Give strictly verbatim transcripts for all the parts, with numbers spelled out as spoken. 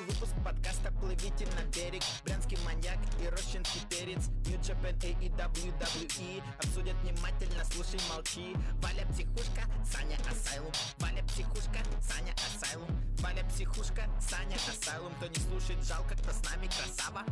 выпуск подкаста «Плывите на берег». Брянский маньяк и рощинский перец. New Japan, эй и дабл ю дабл ю и. Обсудят внимательно, слушай, молчи. Валя психушка, Саня Асайлум. Валя психушка, Саня Асайлум. Валя психушка, Саня Асайлум. Кто не слушает, жалко, кто с нами, красава.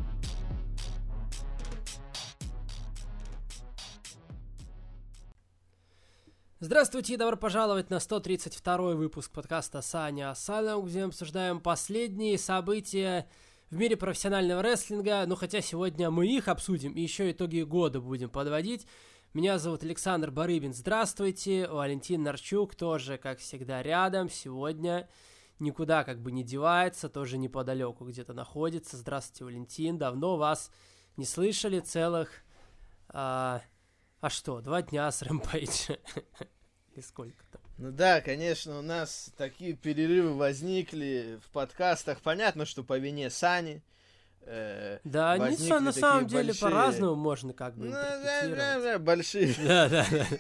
Здравствуйте и добро пожаловать на сто тридцать второй выпуск подкаста «Саня Асайлум», где мы обсуждаем последние события в мире профессионального рестлинга. Ну, хотя сегодня мы их обсудим и еще итоги года будем подводить. Меня зовут Александр Барыбин. Здравствуйте. Валентин Нарчук тоже, как всегда, рядом. Сегодня никуда как бы не девается, тоже неподалеку где-то находится. Здравствуйте, Валентин. Давно вас не слышали целых... А... А что, два дня с Рэмпейджа? Или сколько там? Ну да, конечно, у нас такие перерывы возникли в подкастах. Понятно, что по вине Сани. Э, да, не со, на самом деле большие... по-разному можно как бы ну, интерпретировать. Да, да, да, большие... Да, да, да.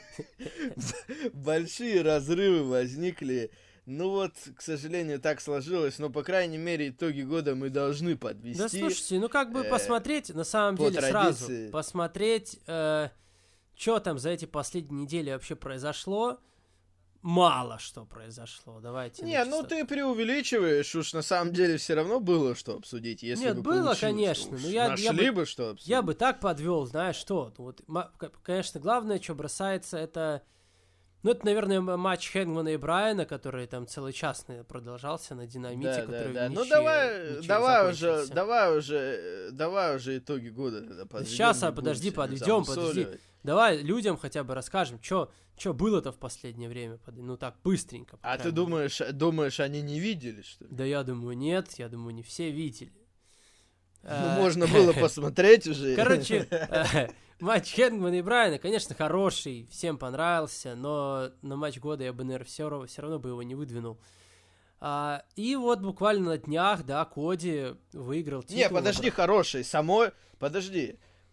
Большие разрывы возникли. Ну вот, к сожалению, так сложилось, но, по крайней мере, итоги года мы должны подвести. Да, слушайте, ну как бы посмотреть, на самом деле, сразу посмотреть... Что там за эти последние недели вообще произошло? Мало что произошло. Давайте. Не, ну ты преувеличиваешь, уж на самом деле все равно было что обсудить. Если Нет, бы было, конечно. Но я, нашли я бы, бы что обсудить. Я бы так подвел, знаешь, что. Вот, конечно, главное, что бросается, это. Ну, это, наверное, матч Хэнгмана и Брайана, который там целый час продолжался на Динамите, да, который да, да. ничьи, Ну давай, давай уже, закончился. давай уже, давай уже итоги года тогда подведем. Сейчас, а подожди, подведем, подожди. Давай людям хотя бы расскажем, что было-то в последнее время. Ну так, быстренько. А ты думаешь, думаешь, они не видели, что ли? Да я думаю, нет, я думаю, не все видели. Ну, можно было посмотреть уже. Короче, матч Хэнгмана и Брайана, конечно, хороший, всем понравился, но на матч года я бы, наверное, все равно, все равно бы его не выдвинул. А, и вот буквально на днях, да, Коди выиграл титул. Не, подожди, хороший, самой, подожди.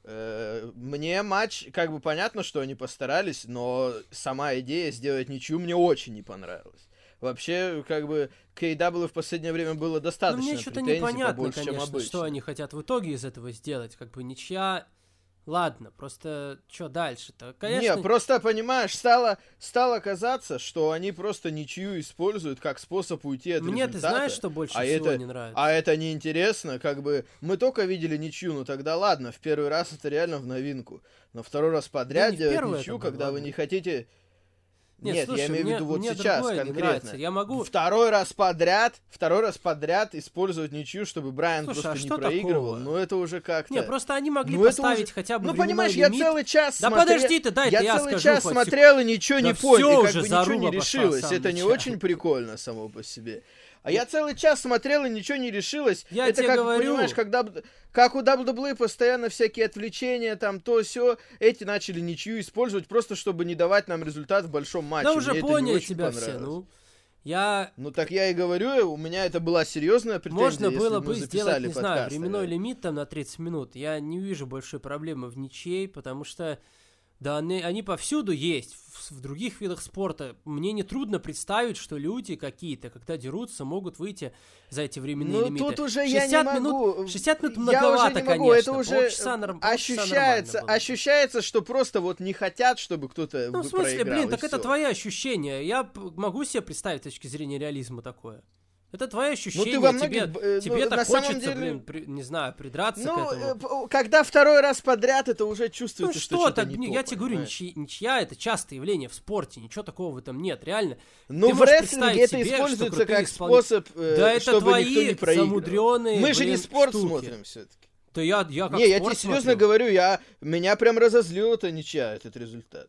Э, мне матч, как бы понятно, что они постарались, но сама идея сделать ничью мне очень не понравилась. Вообще, как бы, к эй дабл ю в последнее время было достаточно претензий. Мне что-то непонятно, побольше, конечно, что они хотят в итоге из этого сделать. Как бы ничья... Ладно, просто что дальше-то? Конечно... Не, просто, понимаешь, стало, стало казаться, что они просто ничью используют как способ уйти от Мне результата. Мне ты знаешь, что больше а всего это, не нравится? А это неинтересно, как бы, мы только видели ничью, ну тогда ладно, в первый раз это реально в новинку, но второй раз подряд да делать ничью, когда было, вы не хотите... Нет, Нет, слушай, я имею в виду вот сейчас конкретно. Я могу... Второй раз подряд, второй раз подряд использовать ничью, чтобы Брайан Слушай, просто а не что проигрывал. такого? Ну это уже как-то... Не, просто они могли ну, поставить уже... хотя бы Ну временной понимаешь, лимит. я целый час Да смотрел... подожди ты, дай я я целый скажу. час хоть смотрел и ничего да не понял, и как бы уже ничего не решилось. Это не очень прикольно само по себе. А я целый час смотрел, и ничего не решилось. Я это тебе как, говорю... понимаешь, когда, как у дабл ю дабл ю и постоянно всякие отвлечения, там, то сё, эти начали ничью использовать, просто чтобы не давать нам результат в большом матче. Да уже Мне поняли тебя все, ну. Я... Ну так я и говорю, у меня это была серьезная претензия. Можно было бы сделать, не подкаст, знаю, временной лимит там на тридцать минут. Я не вижу большой проблемы в ничьей, потому что... Да, они, они повсюду есть, в, в других видах спорта. Мне нетрудно представить, что люди какие-то, когда дерутся, могут выйти за эти временные ну, лимиты. Ну, тут уже я не могу. Минут, шестьдесят минут многовато, я уже не могу. конечно. Это уже норм, ощущается, ощущается, что просто вот не хотят, чтобы кто-то Ну, в смысле, проиграл, блин, так все. Это твои ощущения. Я могу себе представить с точки зрения реализма такое. Это твои ощущения, ну, ты во многих, тебе, э, тебе ну, так на хочется, деле... блин, при, не знаю, придраться ну, к этому. Э, когда второй раз подряд, это уже чувствуется, ну, что, что что-то так, не я то, тебе говорю, ничья, ничья это частое явление в спорте, ничего такого в этом нет, реально. Ну, в рестлинге это себе, используется как исполн... способ, э, да чтобы твои никто не проигрывал. Замудренные, Мы же блин, не спорт штуки. смотрим все-таки. Да я, я как Не, я спорт тебе серьезно смотрю. говорю, я, меня прям разозлил это ничья, этот результат.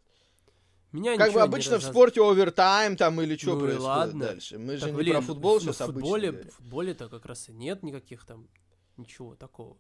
Меня как бы обычно в спорте овертайм там или что ну, происходит ладно. дальше. Мы так, же не блин, про футбол в, сейчас в футболе, обычно. В футболе-то как раз и нет никаких там ничего такого.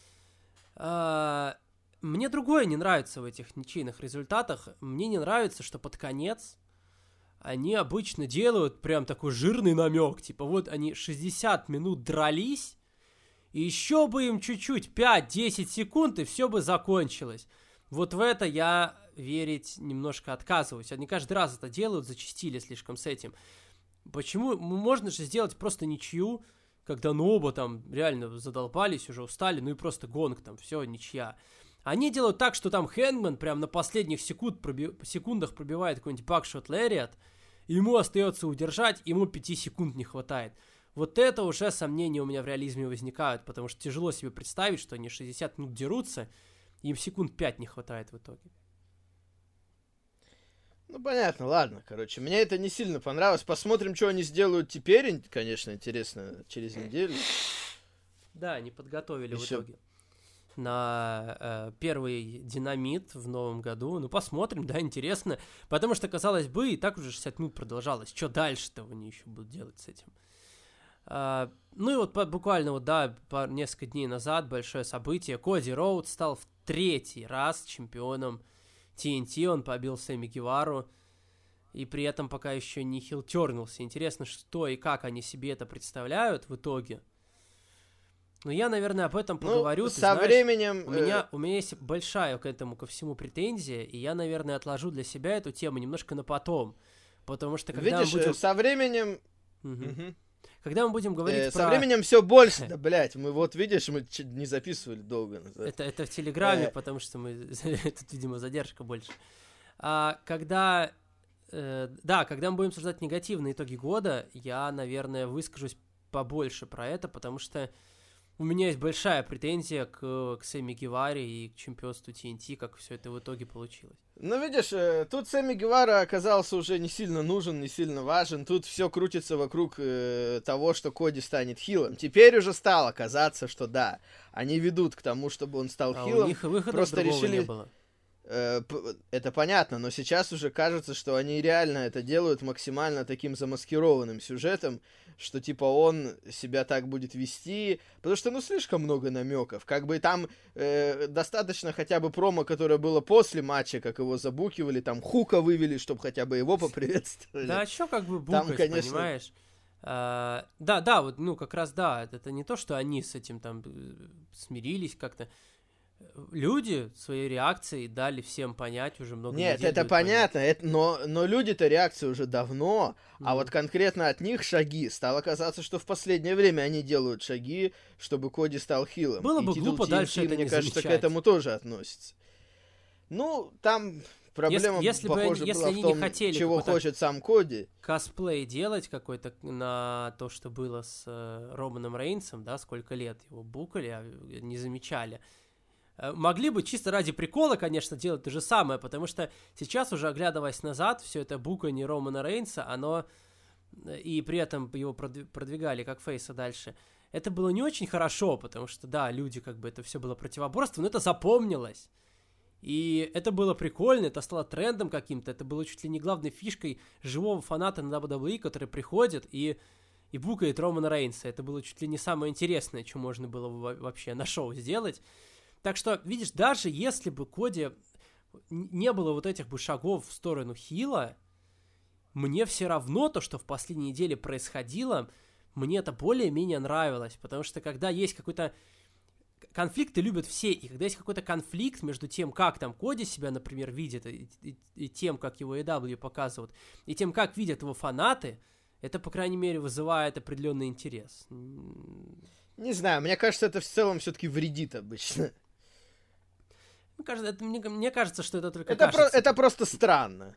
А, мне другое не нравится в этих ничейных результатах. Мне не нравится, что под конец они обычно делают прям такой жирный намек. Типа вот они шестьдесят минут дрались, и еще бы им чуть-чуть пять-десять секунд, и все бы закончилось. Вот в это я верить немножко отказываюсь. Они каждый раз это делают, зачастили слишком с этим. Почему? Можно же сделать просто ничью, когда ну оба там реально задолбались, уже устали, ну и просто гонг там, все, ничья. Они делают так, что там Хэнгман прям на последних секунд проби... секундах пробивает какой-нибудь бакшот лэриат, ему остается удержать, ему пяти секунд не хватает. Вот это уже сомнения у меня в реализме возникают, потому что тяжело себе представить, что они шестьдесят минут дерутся, и им секунд пять не хватает в итоге. Ну, понятно, ладно, короче. Мне это не сильно понравилось. Посмотрим, что они сделают теперь, конечно, интересно, через неделю. Да, они подготовили Еще... в итоге на э, первый динамит в новом году. Ну, посмотрим, да, интересно. Потому что, казалось бы, и так уже шестьдесят минут продолжалось. Что дальше-то они еще будут делать с этим? А, ну и вот по, буквально вот, да, по, несколько дней назад большое событие. Коди Роудс стал в третий раз чемпионом ти эн ти. Он побил Сэмми Гевару. И при этом пока еще не хилтернулся. Интересно, что и как они себе это представляют в итоге. Ну, я, наверное, об этом поговорю. Ну, ты со знаешь, временем... У меня, у меня есть большая к этому ко всему претензия, и я, наверное, отложу для себя эту тему немножко на потом. Потому что когда Видишь, мы будем... со временем... Угу. Угу. Когда мы будем говорить э, про... Со временем все больше. Да, блядь, мы вот, видишь, мы не записывали долго назад. Это, это в Телеграме, э... потому что мы... Тут, видимо, задержка больше. А когда... Э, да, когда мы будем обсуждать негативные итоги года, я, наверное, выскажусь побольше про это, потому что у меня есть большая претензия к, к Сэмми Геваре и к чемпионству ти эн ти, как все это в итоге получилось. Ну, видишь, тут Сэмми Гевара оказался уже не сильно нужен, не сильно важен. Тут все крутится вокруг э, того, что Коди станет хилом. Теперь уже стало казаться, что да, они ведут к тому, чтобы он стал а хилом. У них выхода просто решили... не было. Это понятно, но сейчас уже кажется, что они реально это делают максимально таким замаскированным сюжетом, что типа он себя так будет вести, потому что ну слишком много намеков, как бы там э, достаточно хотя бы промо, которое было после матча, как его забукивали, там Хука вывели, чтобы хотя бы его поприветствовали. Да, а чё как бы букать, там, конечно... понимаешь? А, да, да, вот, ну как раз да, это не то, что они с этим там смирились как-то. Люди своей реакцией дали всем понять уже много Нет, недель. это понятно, это, но, но люди-то реакции уже давно, mm. а вот конкретно от них шаги. Стало казаться, что в последнее время они делают шаги, чтобы Коди стал хилом. Было и бы глупо ти эн ти, дальше это мне не кажется, замечать. к этому тоже относится. Ну, там проблема, если, если похоже, бы, если была они в том, не хотели чего хочет сам Коди. Косплей делать какой-то на то, что было с э, Романом Рейнсом, да, сколько лет его букали, а не замечали. Могли бы чисто ради прикола, конечно, делать то же самое, потому что сейчас, уже оглядываясь назад, все это буканье Романа Рейнса, оно, и при этом его продвигали как фейса дальше, это было не очень хорошо, потому что, да, люди, как бы, это все было противоборство, но это запомнилось. И это было прикольно, это стало трендом каким-то, это было чуть ли не главной фишкой живого фаната на дабл ю дабл ю и, который приходит и, и букает Романа Рейнса. Это было чуть ли не самое интересное, что можно было вообще на шоу сделать. Так что, видишь, даже если бы Коди не было вот этих бы шагов в сторону хила, мне все равно то, что в последней неделе происходило, мне это более-менее нравилось, потому что когда есть какой-то... Конфликты любят все, и когда есть какой-то конфликт между тем, как там Коди себя, например, видит, и, и, и тем, как его эй дабл ю показывают, и тем, как видят его фанаты, это, по крайней мере, вызывает определенный интерес. Не знаю, мне кажется, это в целом все-таки вредит обычно. Мне кажется, это, мне, мне кажется, что это только это кажется. Про, это просто странно.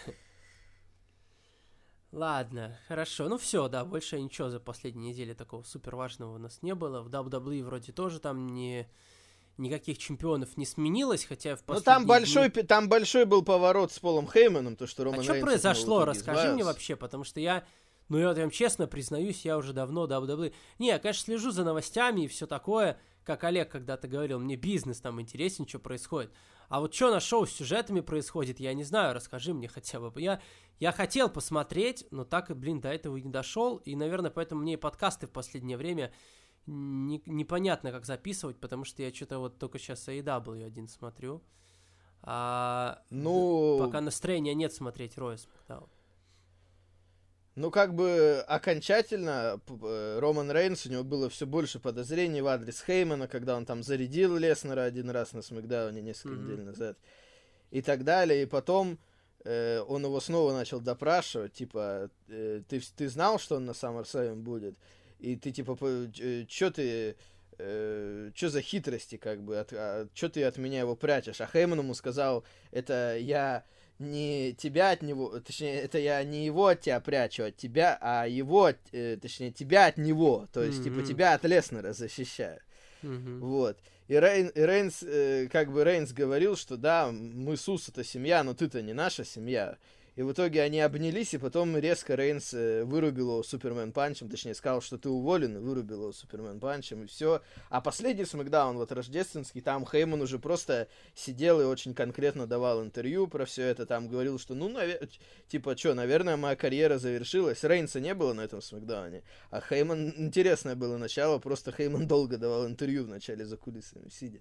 Ладно, хорошо. Ну все, да, больше ничего за последние недели такого супер важного у нас не было. В дабл ю дабл ю и вроде тоже там не, никаких чемпионов не сменилось, хотя в последние... Ну там большой, дни... там большой был поворот с Полом Хейманом, то, что Роман Рейнс... А что произошло? Расскажи избавился. Мне вообще, потому что я... Ну я прям честно признаюсь, я уже давно дабл ю дабл ю и... Не, я, конечно, слежу за новостями и все такое... Как Олег когда-то говорил, мне бизнес там интересен, что происходит. А вот что на шоу с сюжетами происходит, я не знаю, расскажи мне хотя бы. Я, я хотел посмотреть, но так и, блин, до этого и не дошел. И, наверное, поэтому мне и подкасты в последнее время не, непонятно, как записывать, потому что я что-то вот только сейчас эй дабл ю один смотрю. А ну... пока настроения нет смотреть Роя Смакдаун. Ну, как бы окончательно Роман Рейнс, у него было все больше подозрений в адрес Хеймана, когда он там зарядил Леснера один раз на Смэкдауне несколько mm-hmm. недель назад и так далее. И потом э, он его снова начал допрашивать, типа, э, ты, ты знал, что он на SummerSlam будет? и ты типа, чё ты, э, чё за хитрости, как бы, от, а, чё ты от меня его прячешь? А Хейман ему сказал, это я не тебя от него, точнее, это я не его от тебя прячу, от тебя, а его, э, точнее, тебя от него, то есть, mm-hmm. типа, тебя от Леснера защищаю. Mm-hmm. Вот. И, Рейн, и Рейнс, э, как бы Рейнс говорил, что да, мы с Усо-то семья, но ты-то не наша семья. И в итоге они обнялись, и потом резко Рейнс э, вырубил его Супермен панчем, точнее, сказал, что ты уволен, и вырубил его Супермен панчем, и все. А последний Смэкдаун, вот рождественский, там Хейман уже просто сидел и очень конкретно давал интервью про все это, там говорил, что, ну, навер... типа, что, наверное, моя карьера завершилась. Рейнса не было на этом Смэкдауне, а Хейман, интересное было начало, просто Хейман долго давал интервью в начале за кулисами, сидя.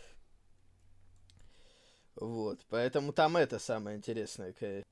Вот, поэтому там это самое интересное, конечно.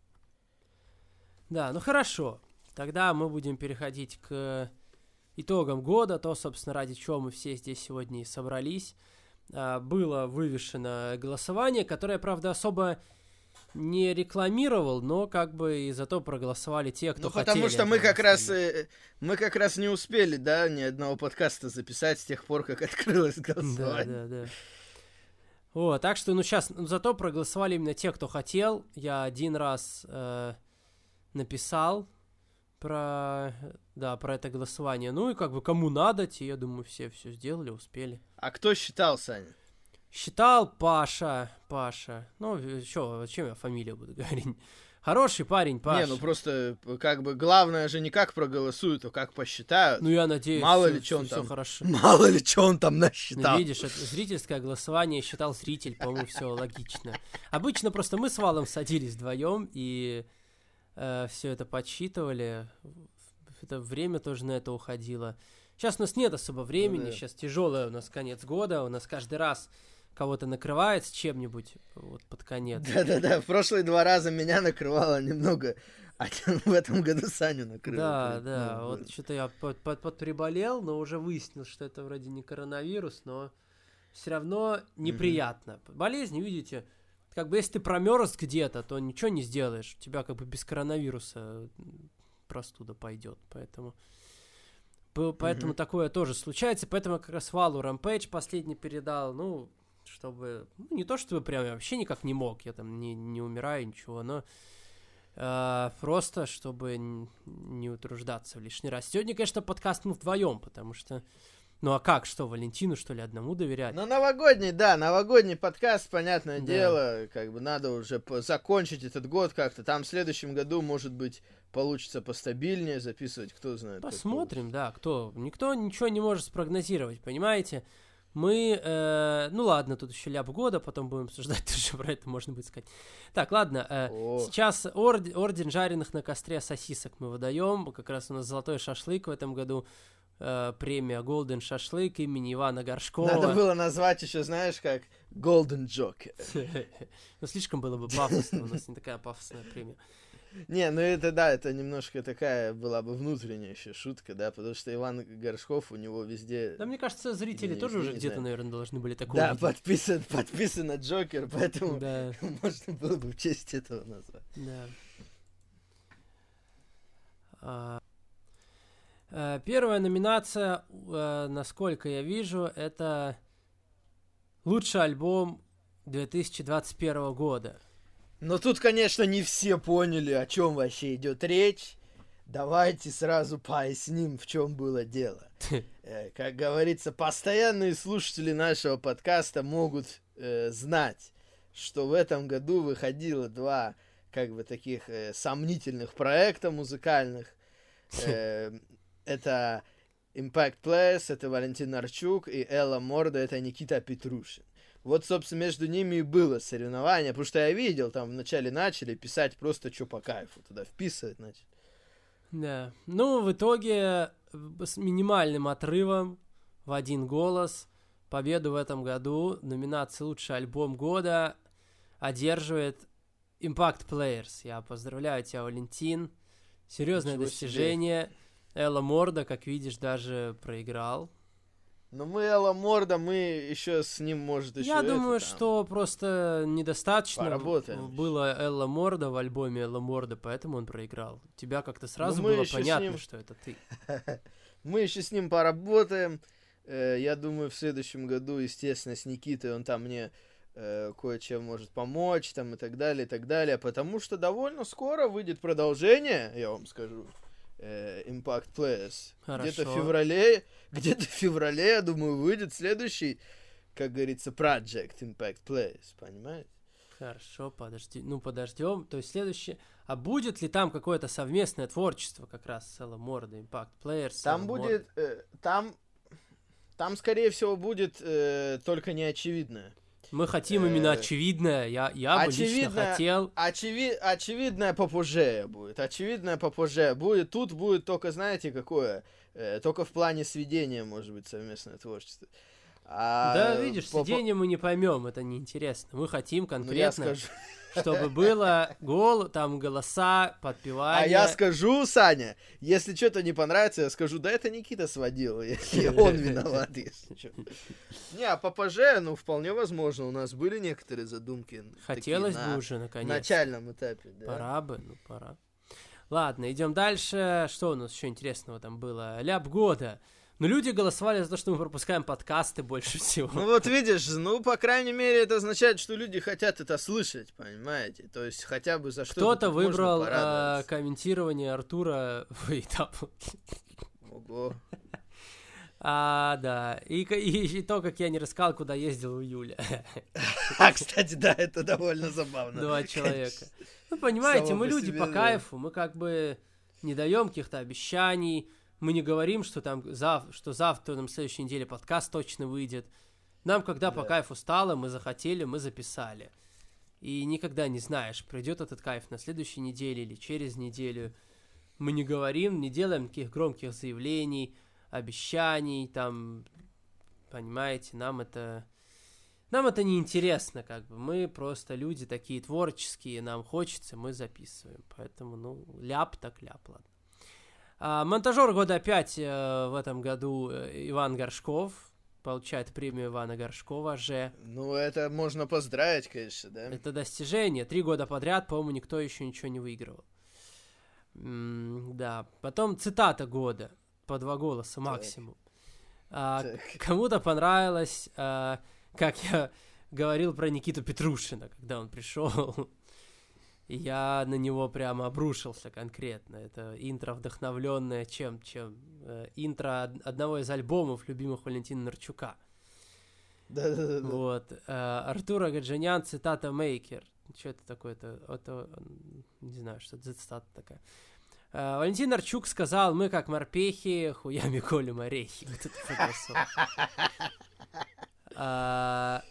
Да, ну хорошо. Тогда мы будем переходить к итогам года, то, собственно, ради чего мы все здесь сегодня и собрались. А, было вывешено голосование, которое, правда, особо не рекламировал, но как бы и зато проголосовали те, кто ну, хотели. потому что мы как раз э, мы как раз не успели, да, ни одного подкаста записать с тех пор, как открылось голосование. Да, да, да. Вот, так что, ну, сейчас, ну, зато проголосовали именно те, кто хотел. Я один раз... Э, написал про, да, про это голосование. Ну и как бы кому надо, те, я думаю, все все сделали, успели. А кто считал, Саня? Считал Паша, Паша. Ну, что, чем я фамилию буду говорить? Хороший парень, Паша. Не, ну просто, как бы, главное же не как проголосуют, а как посчитают. Ну, я надеюсь, мало все, ли, что он все там, хорошо. Мало ли, что он там насчитал. Ну, видишь, это зрительское голосование считал зритель, по-моему, все логично. Обычно просто мы с Валом садились вдвоем и... все это подсчитывали, это время тоже на это уходило. Сейчас у нас нет особо времени, ну, да. Сейчас тяжелый у нас конец года, у нас каждый раз кого-то накрывает с чем-нибудь вот под конец. Да-да-да, в прошлые два раза меня накрывало немного, а в этом году Саню накрыло. Да, да, ну, вот что-то я под, под, подприболел, но уже выяснил, что это вроде не коронавирус, но все равно неприятно. Mm-hmm. Болезнь, видите, как бы если ты промерз где-то, то ничего не сделаешь. У тебя как бы без коронавируса простуда пойдет. Поэтому, поэтому mm-hmm. такое тоже случается. Поэтому я как раз Валу Rampage последний передал. Ну, чтобы... Ну, не то, чтобы прям я вообще никак не мог. Я там не, не умираю, ничего. Но э, просто, чтобы не утруждаться в лишний раз. Сегодня, конечно, подкаст мы вдвоем, потому что... Ну а как, что, Валентину, что ли, одному доверять? Ну, новогодний, да, новогодний подкаст, понятное да. дело, как бы надо уже по- закончить этот год как-то. Там в следующем году, может быть, получится постабильнее записывать, кто знает. Посмотрим, да, кто. Никто ничего не может спрогнозировать, понимаете? Мы, э, ну ладно, тут еще ляп года, потом будем обсуждать, тоже про это можно будет сказать. Так, ладно, э, сейчас орд- орден жареных на костре сосисок мы выдаем, как раз у нас золотой шашлык в этом году. Премия Golden Шашлык имени Ивана Горшкова. Надо было назвать еще, знаешь, как Golden Joker. Ну, слишком было бы пафосно, у нас не такая пафосная премия. Не, ну это да, это немножко такая была бы внутренняя еще шутка, да, потому что Иван Горшков, у него везде... Да, мне кажется, зрители не, тоже не, уже не где-то, знаю. наверное, должны были такое Да, увидеть. подписан, подписан на Джокер, поэтому да. можно было бы в честь этого назвать. Да. А... Первая номинация, насколько я вижу, это лучший альбом две тысячи двадцать первого года. Но тут, конечно, не все поняли, о чем вообще идет речь. Давайте сразу поясним, в чем было дело. Как говорится, постоянные слушатели нашего подкаста могут э, знать, что в этом году выходило два, как бы, таких э, сомнительных проекта музыкальных. Э, Это Impact Players, это Валентин Арчук, и Элла Морда, это Никита Петрушин. Вот, собственно, между ними и было соревнование, потому что я видел, там вначале начали писать просто что по кайфу, туда вписывать начали. Да, ну, в итоге с минимальным отрывом в один голос победу в этом году, номинация «Лучший альбом года» одерживает Impact Players. Я поздравляю тебя, Валентин. Серьезное Ничего достижение. себе. Элла Морда, как видишь, даже проиграл. Ну, мы Элла Морда, мы еще с ним, может, еще Я думаю, это, там, что просто недостаточно поработаем. было Элла Морда в альбоме Элла Морда, поэтому он проиграл. У тебя как-то сразу Ну, мы было еще с понятно, ним- что это ты. Мы еще с ним поработаем. Э, Я думаю, в следующем году, естественно, с Никитой он там мне э, кое-чем может помочь, там и так далее, и так далее. Потому что довольно скоро выйдет продолжение, я вам скажу, э, Impact Players. Где-то в Хорошо. феврале, где-то в феврале, я думаю, выйдет следующий, как говорится, Project Impact Players, понимаете? Хорошо, подожди. Ну, подождем. То есть следующее... А будет ли там какое-то совместное творчество как раз с Элла Морда, Impact Players? Там Элла будет, э, там, там, скорее всего, будет э, только неочевидное. Мы хотим именно э, очевидное. Я, я бы лично очевидное- хотел... Очеви... Очевидное попозже будет. Очевидное попозже будет. Тут будет только, знаете, какое? Э, только в плане сведения, может быть, совместное творчество. А Да, видишь, по- по- сиденье мы не поймем, это неинтересно. Мы хотим Ну, я конкретно, скажу. чтобы было гол, там голоса, подпевания. А я скажу, Саня, если что-то не понравится, я скажу, да это Никита сводил, если он виноват, если что. Не, а попозже, ну, вполне возможно, у нас были некоторые задумки. Хотелось такие бы на уже, наконец. начальном этапе, да. Пора бы, ну пора. Ладно, идем дальше. Что у нас еще интересного там было? Ляп года. Ну, люди голосовали за то, что мы пропускаем подкасты больше всего. Ну вот видишь, ну, по крайней мере, это означает, что люди хотят это слышать, понимаете? То есть хотя бы за что-то Кто-то тут можно выбрал порадоваться. э, комментирование Артура в этапу. Ого. А, да. И, к- и, и то, как я не рассказал, куда ездил в июле. А, кстати, да, это довольно забавно. Два человека. Ну, понимаете, Само мы по люди себе, по да. кайфу, мы как бы не даем каких-то обещаний, мы не говорим, что там зав... что завтра, на следующей неделе подкаст точно выйдет. Нам, когда по Да. кайфу стало, мы захотели, мы записали. И никогда не знаешь, придет этот кайф на следующей неделе или через неделю. Мы не говорим, не делаем никаких громких заявлений, обещаний, там, понимаете, нам это... Нам это не интересно, как бы. Мы просто люди такие творческие, нам хочется, мы записываем. Поэтому, ну, ляп так ляп, ладно. А, монтажер года опять э, в этом году э, Иван Горшков. Получает премию Ивана Горшкова же. Ну, это можно поздравить, конечно, да? Это достижение. Три года подряд, по-моему, никто еще ничего не выигрывал. М, да. Потом цитата года. По два голоса максимум. А, Так. кому-то понравилось, а, как я говорил про Никиту Петрушина, когда он пришел. И я на него прямо обрушился конкретно. Это интро, вдохновленное чем? чем? Э, интро од- одного из альбомов любимых Валентина Нарчука. Да-да-да. Вот. Э, Артур Агаджанян, цитата Мейкер. Что это такое-то? Это, м, не знаю, что это за цитата такая. Э, Валентин Нарчук сказал: мы как морпехи, хуями колем орехи. Вот это фотосо. А,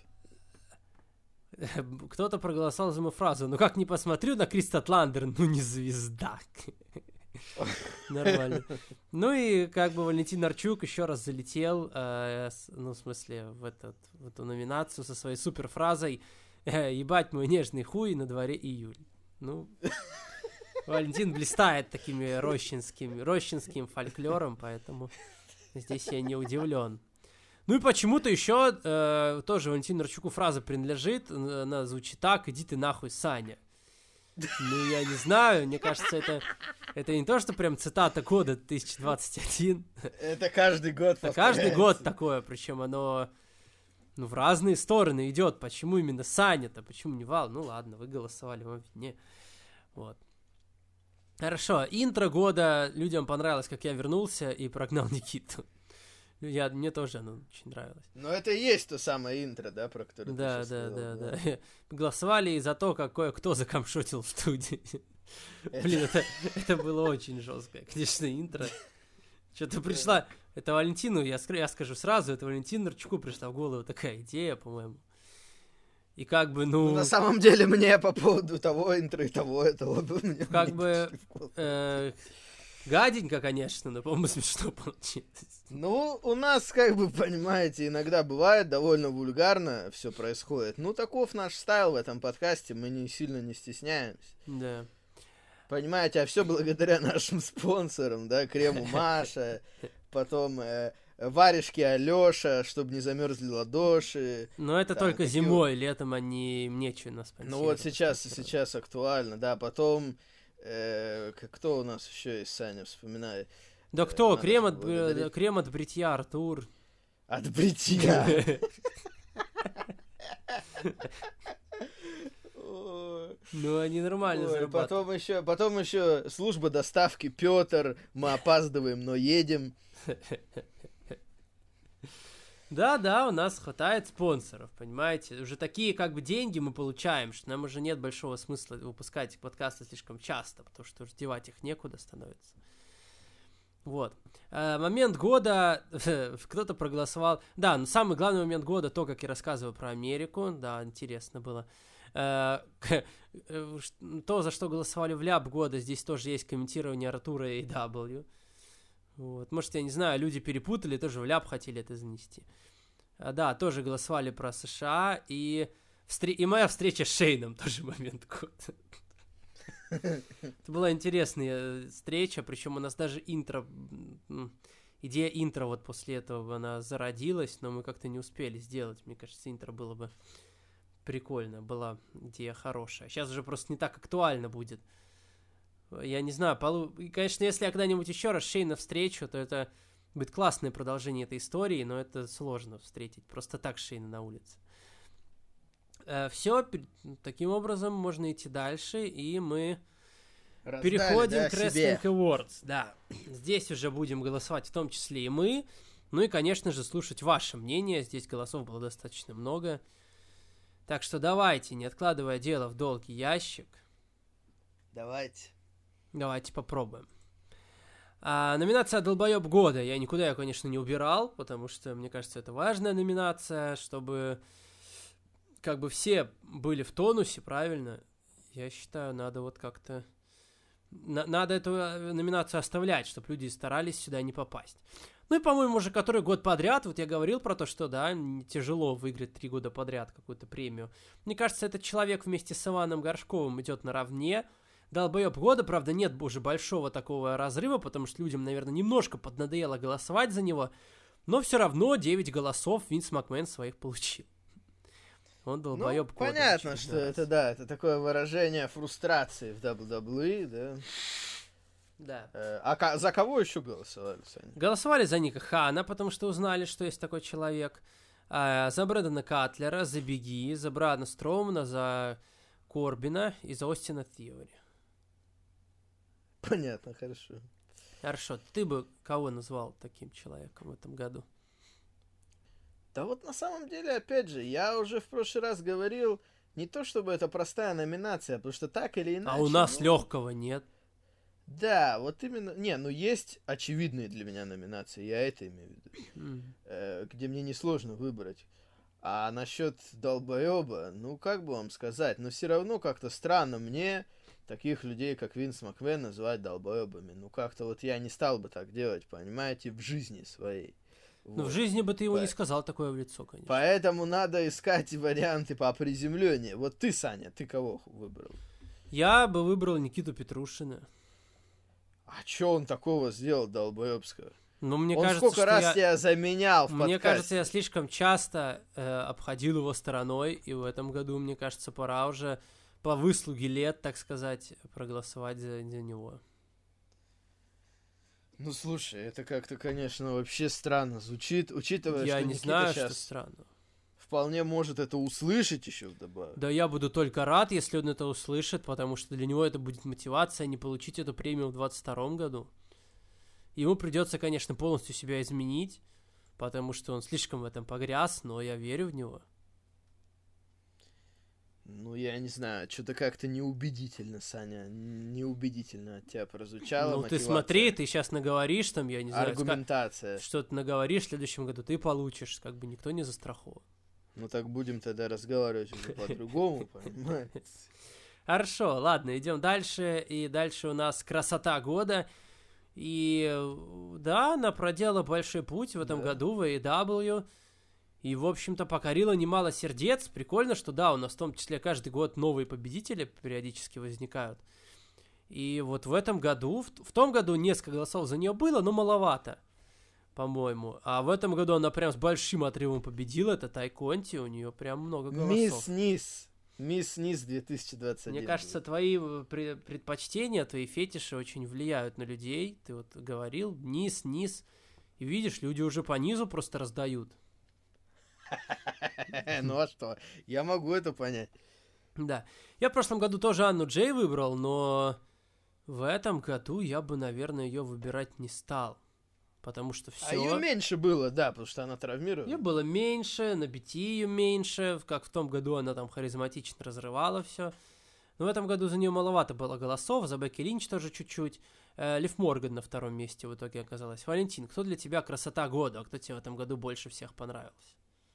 Кто-то проголосовал за мою фразу. Ну как не посмотрю на Криста Тландер, ну не звезда. Нормально. Ну и как бы Валентин Нарчук еще раз залетел, э, с- ну в смысле в, этот, в эту номинацию со своей суперфразой э, «Ебать мой нежный хуй, на дворе июль». Ну, Валентин блистает такими рощинскими, рощинским фольклором, поэтому здесь я не удивлен. Ну и почему-то еще э, тоже Валентину Нарчуку фраза принадлежит, э, она звучит так: «Иди ты нахуй, Саня». Ну, я не знаю, мне кажется, это, это не то, что прям цитата года две тысячи двадцать один. Это каждый год Это каждый повторяется. год такое, причем оно ну, в разные стороны идет. Почему именно Саня-то, почему не Вал? Ну ладно, вы голосовали, вам виднее. Вот. Хорошо, интро года людям понравилось, как я вернулся и прогнал Никиту. Я, мне тоже оно очень нравилось. Но это и есть то самое интро, да, про которое ты Да, щас да, сказал, да, да. Голосовали и за то, какое кто закомшотил в студии. Это- Блин, это, это было очень жесткое, конечно, интро. Что-то пришла... Это Валентину, я, ск- я скажу сразу, это Валентину Нарчуку пришла в голову такая идея, по-моему. И как бы, Ну, ну... на самом деле, мне по поводу того интро и того этого бы мне Как мне бы, пришли в голову. э, гаденько, конечно, но, по-моему, смешно получилось. Ну, у нас, как бы, понимаете, иногда бывает довольно вульгарно все происходит. Ну, таков наш стайл в этом подкасте, мы не сильно не стесняемся. Да. Понимаете, а все благодаря нашим спонсорам, да, крему Маша, потом э, варежки Алёша, чтобы не замерзли ладоши. Но это там, только такие зимой, летом они нечего нас спонсировать. Ну вот сейчас и сейчас актуально, да. Потом, э, кто у нас еще есть, Саня, вспоминай. Да кто? Надо Крем от, поблагодарить. б- крем от бритья, Артур. От бритья. Ну, они нормально Ой, зарабатывают. потом еще, потом еще служба доставки Петр, мы опаздываем, но едем. Да, да, у нас хватает спонсоров, понимаете? Уже такие как бы деньги мы получаем, что нам уже нет большого смысла выпускать эти подкасты слишком часто, потому что уже девать их некуда становится. Вот. Э, момент года, кто-то проголосовал. Да, но самый главный момент года, то, как я рассказываю про Америку, да, интересно было. Э, то, за что голосовали в ляп года, здесь тоже есть комментирование Артура и W. Вот. Может, я не знаю, люди перепутали, тоже в ляп хотели это занести. А, да, тоже голосовали про США, и, встр... и моя встреча с Шейном тоже момент года. Это была интересная встреча, причем у нас даже интро, идея интро вот после этого она зародилась, но мы как-то не успели сделать. Мне кажется, интро было бы прикольно, была идея хорошая. Сейчас уже просто не так актуально будет. Я не знаю, полу... И, конечно, если я когда-нибудь еще раз Шейна встречу, то это будет классное продолжение этой истории, но это сложно встретить просто так Шейна на улице. Все, таким образом можно идти дальше, и мы Раздали, переходим да, к Wrestling Awards. Да, здесь уже будем голосовать, в том числе и мы. Ну и, конечно же, слушать ваше мнение. Здесь голосов было достаточно много. Так что давайте, не откладывая дело в долгий ящик. Давайте. Давайте попробуем. А, номинация «Долбоёб года». Я никуда ее, конечно, не убирал, потому что, мне кажется, это важная номинация, чтобы... как бы все были в тонусе, правильно? Я считаю, надо вот как-то... На- надо эту номинацию оставлять, чтобы люди старались сюда не попасть. Ну и, по-моему, уже который год подряд, вот я говорил про то, что, да, тяжело выиграть три года подряд какую-то премию. Мне кажется, этот человек вместе с Иваном Горшковым идет наравне. Долбоёб года, правда, нет уже большого такого разрыва, потому что людям, наверное, немножко поднадоело голосовать за него, но все равно девять голосов Винс Макмен своих получил. Он долбоёб ну, года. понятно, что раз. это, да, это такое выражение фрустрации в дабл ю дабл ю и, да. Да. Э, а к- за кого еще голосовали, Саня? Голосовали за Ника Хана, потому что узнали, что есть такой человек. А, за Брэдона Катлера, за Бигги, за Брана Строумана, за Корбина и за Остина Тиори. Понятно, хорошо. Хорошо. Ты бы кого назвал таким человеком в этом году? Да вот на самом деле, опять же, я уже в прошлый раз говорил, не то чтобы это простая номинация, потому что так или иначе... А у нас ну, легкого нет. Да, вот именно... Не, ну есть очевидные для меня номинации, я это имею в виду. Mm. Э, где мне несложно выбрать. А насчет долбоеба, ну как бы вам сказать, но все равно как-то странно мне таких людей, как Винс Макмен, называть долбоебами. Ну как-то вот я не стал бы так делать, понимаете, в жизни своей. Ну, вот. в жизни бы ты его По... не сказал такое в лицо, конечно. Поэтому надо искать варианты по приземлению. Вот ты, Саня, ты кого выбрал? Я бы выбрал Никиту Петрушина. А что он такого сделал, долбоебского? Ну, мне он кажется, сколько что раз я... тебя заменял в Мне подкасте. кажется, я слишком часто э, обходил его стороной, и в этом году, мне кажется, пора уже по выслуге лет, так сказать, проголосовать за, за него. Ну, слушай, это как-то, конечно, вообще странно звучит, учитывая, я что не Никита знаю, сейчас что странно. вполне может это услышать еще вдобавок. Да я буду только рад, если он это услышит, потому что для него это будет мотивация не получить эту премию в двадцать втором году. Ему придется, конечно, полностью себя изменить, потому что он слишком в этом погряз, но я верю в него. Ну, я не знаю, что-то как-то неубедительно, Саня, неубедительно от тебя прозвучало. Ну, мотивация. ты смотри, ты сейчас наговоришь там, я не знаю, аргументация. Что ты наговоришь, в следующем году ты получишь, как бы никто не застрахован. Ну, так будем тогда разговаривать уже по-другому, понимаете? Хорошо, ладно, идем дальше, и дальше у нас красота года. И да, она проделала большой путь в этом да. году в эй и дабл ю. И, в общем-то, покорила немало сердец. Прикольно, что да, у нас в том числе каждый год новые победители периодически возникают. И вот в этом году, в, в том году несколько голосов за нее было, но маловато. по-моему. А в этом году она прям с большим отрывом победила. Это Тай Конти, у нее прям много голосов. Мисс Низ. Мисс Низ две тысячи двадцать один. Мне кажется, твои предпочтения, твои фетиши очень влияют на людей. Ты вот говорил, низ, низ. И видишь, люди уже по низу просто раздают. Ну а что? Я могу это понять. Да. Я в прошлом году тоже Анну Джей выбрал, но в этом году я бы, наверное, ее выбирать не стал. Потому что все... А ее меньше было, да, потому что она травмировала. Ее было меньше, на бити ее меньше, как в том году она там харизматично разрывала все. Но в этом году за нее маловато было голосов, за Бекки Линч тоже чуть-чуть. Э, Лив Морган на втором месте в итоге оказалась. Валентин, кто для тебя красота года, а кто тебе в этом году больше всех понравился?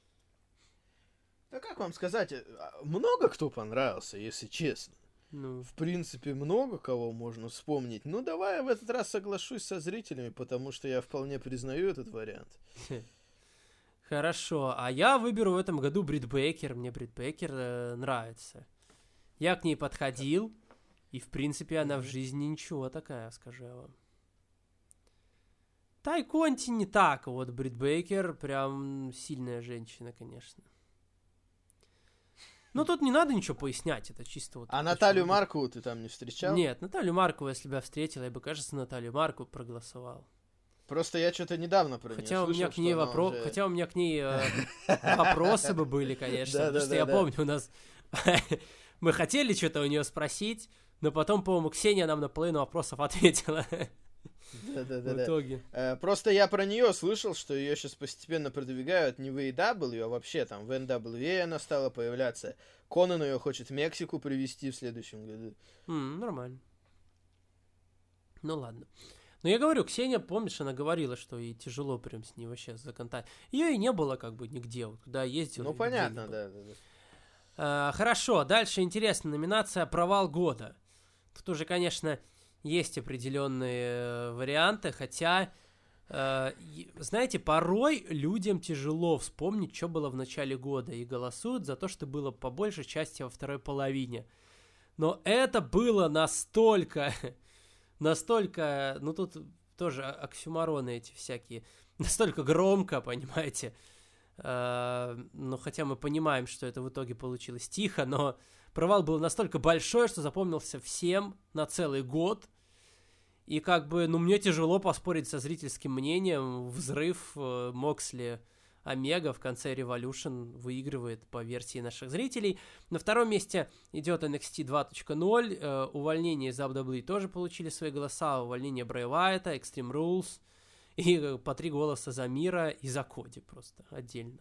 Да как вам сказать, много кто понравился, если честно. Ну. В принципе, много кого можно вспомнить. Ну, давай я в этот раз соглашусь со зрителями, потому что я вполне признаю этот вариант. Хорошо, а я выберу в этом году Брит Бейкер. Мне Брит Бейкер э, нравится. Я к ней подходил, и, в принципе, она в жизни ничего такая, скажу я вам. Тай Конти не так, а вот Брит Бейкер прям сильная женщина, конечно. Ну, тут не надо ничего пояснять, это чисто вот... А Наталью Маркову ты там не встречал? Нет, Наталью Маркову, если бы я встретил, я бы, кажется, Наталью Маркову проголосовал. Просто я что-то недавно про хотя нее у меня слышал, к ней вопро... уже... Хотя у меня к ней э, вопросы бы были, конечно, да, потому да, что да, я да. помню, у нас... Мы хотели что-то у нее спросить, но потом, по-моему, Ксения нам на половину вопросов ответила. Да, да, да, в итоге. Да. Просто я про нее слышал, что ее сейчас постепенно продвигают не в эй дабл ю, а вообще там в эн дабл ю эй она стала появляться. Конан ее хочет в Мексику привезти в следующем году. М, нормально. Ну ладно. Но я говорю, Ксения, помнишь, она говорила, что ей тяжело прям с ней вообще законтать. Ее и не было как бы нигде, вот куда ездила. Ну понятно, да, да, да. А, хорошо, дальше интересная номинация «Провал года». Тут уже, конечно, есть определенные варианты, хотя, э, знаете, порой людям тяжело вспомнить, что было в начале года, и голосуют за то, что было по большей части во второй половине. Но это было настолько, настолько, ну тут тоже оксюмороны эти всякие, настолько громко, понимаете. Э, ну, хотя мы понимаем, что это в итоге получилось тихо, но провал был настолько большой, что запомнился всем на целый год. И как бы, ну, мне тяжело поспорить со зрительским мнением. Взрыв э, Моксли Омега в конце Revolution выигрывает по версии наших зрителей. На втором месте идет эн экс ти два точка ноль. Э, увольнение из дабл ю дабл ю и тоже получили свои голоса. Увольнение Брэй Уайта, Extreme Rules. И э, по три голоса за Мира и за Коди просто отдельно.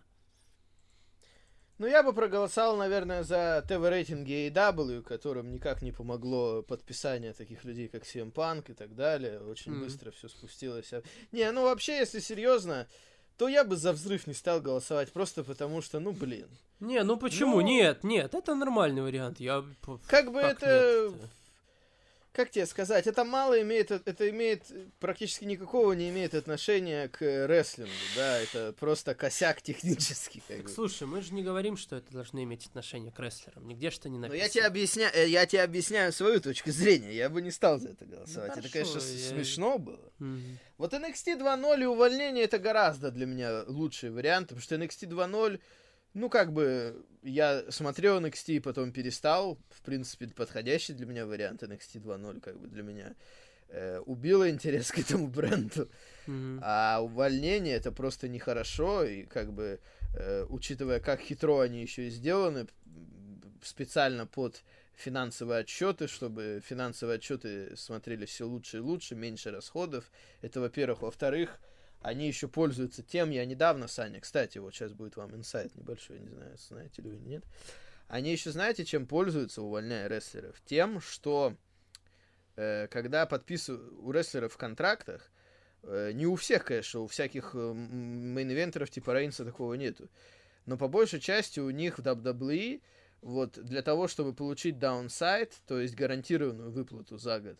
Ну, я бы проголосовал, наверное, за ти ви-рейтинги эй дабл ю, которым никак не помогло подписание таких людей, как си эм Punk и так далее. Очень mm-hmm. быстро все спустилось. Не, ну, вообще, если серьезно, то я бы за взрыв не стал голосовать, просто потому что, ну, блин. Не, ну почему? Ну, нет, нет, это нормальный вариант. Я... Как бы как это... нет-то? Как тебе сказать, это мало имеет, это имеет, практически никакого не имеет отношения к рестлингу, да, это просто косяк технический. Как так бы. Слушай, мы же не говорим, что это должно иметь отношение к рестлерам, нигде что не написано. Но я тебе объясняю, я тебе объясняю свою точку зрения, я бы не стал за это голосовать, Ну, это, хорошо, конечно, я... смешно было. Mm-hmm. Вот эн экс ти два ноль и увольнение это гораздо для меня лучший вариант, потому что эн экс ти два ноль, ну, как бы, я смотрел эн экс ти и потом перестал. В принципе, подходящий для меня вариант эн экс ти два ноль, как бы, для меня э, убило интерес к этому бренду. Mm-hmm. А увольнение это просто нехорошо. И, как бы, э, учитывая, как хитро они еще и сделаны, специально под финансовые отчеты, чтобы финансовые отчеты смотрели все лучше и лучше, меньше расходов. Это, во-первых. Во-вторых, они еще пользуются тем, я недавно, Саня, кстати, вот сейчас будет вам инсайт небольшой, не знаю, знаете ли вы или нет. Они еще, знаете, чем пользуются, увольняя рестлеров? Тем, что э, когда подписывают у рестлеров в контрактах, э, не у всех, конечно, у всяких э, мейн-ивентеров типа Рейнса такого нету, но по большей части у них в дабл ю дабл ю и вот для того, чтобы получить даунсайд, то есть гарантированную выплату за год,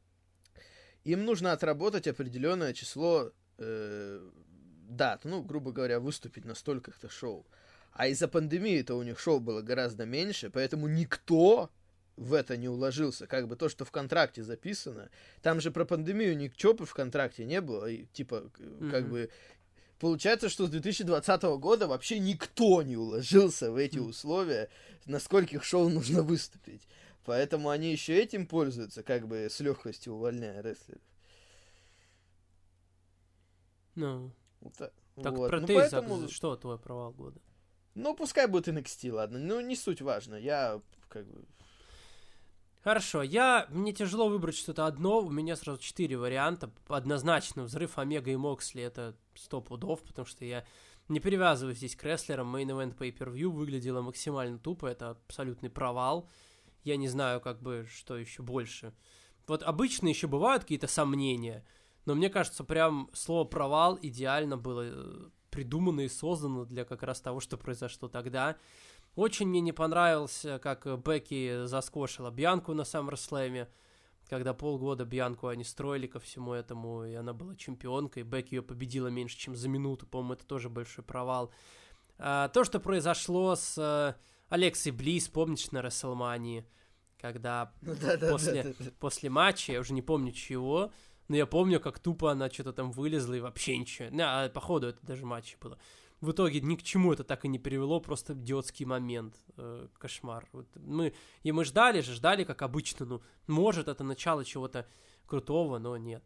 им нужно отработать определенное число дат, ну, грубо говоря, выступить на стольких-то шоу. А из-за пандемии-то у них шоу было гораздо меньше, поэтому никто в это не уложился. Как бы то, что в контракте записано. Там же про пандемию ничего в контракте не было. И, типа, mm-hmm. как бы... Получается, что с две тысячи двадцатого года вообще никто не уложился в эти mm-hmm. условия, на скольких шоу нужно выступить. Поэтому они еще этим пользуются, как бы с легкостью увольняя рестлеров. Ну... Вот, так вот. про ну, ты, поэтому... что твой провал года? Ну, пускай будет эн экс ти, ладно. Ну, не суть важно. Я, как бы... Хорошо, я... Мне тяжело выбрать что-то одно. У меня сразу четыре варианта. Однозначно, взрыв Омега и Моксли — это сто пудов, потому что я не привязываюсь здесь к рестлерам. Main Event Pay-Per-View выглядело максимально тупо. Это абсолютный провал. Я не знаю, как бы, что еще больше. Вот обычно еще бывают какие-то сомнения, но мне кажется, прям слово «провал» идеально было придумано и создано для как раз того, что произошло тогда. Очень мне не понравилось, как Бекки заскошила Бьянку на SummerSlam, когда полгода Бьянку они строили ко всему этому, и она была чемпионкой. Бекки ее победила меньше, чем за минуту. По-моему, это тоже большой провал. А, то, что произошло с Алексой Близ, помнишь, на WrestleMania, когда после, после матча, я уже не помню чего, но я помню, как тупо она что-то там вылезла и вообще ничего. А, походу, это даже матч было. В итоге ни к чему это так и не привело, просто идиотский момент, э, кошмар. Вот мы, и мы ждали же, ждали, как обычно, ну, может, это начало чего-то крутого, но нет.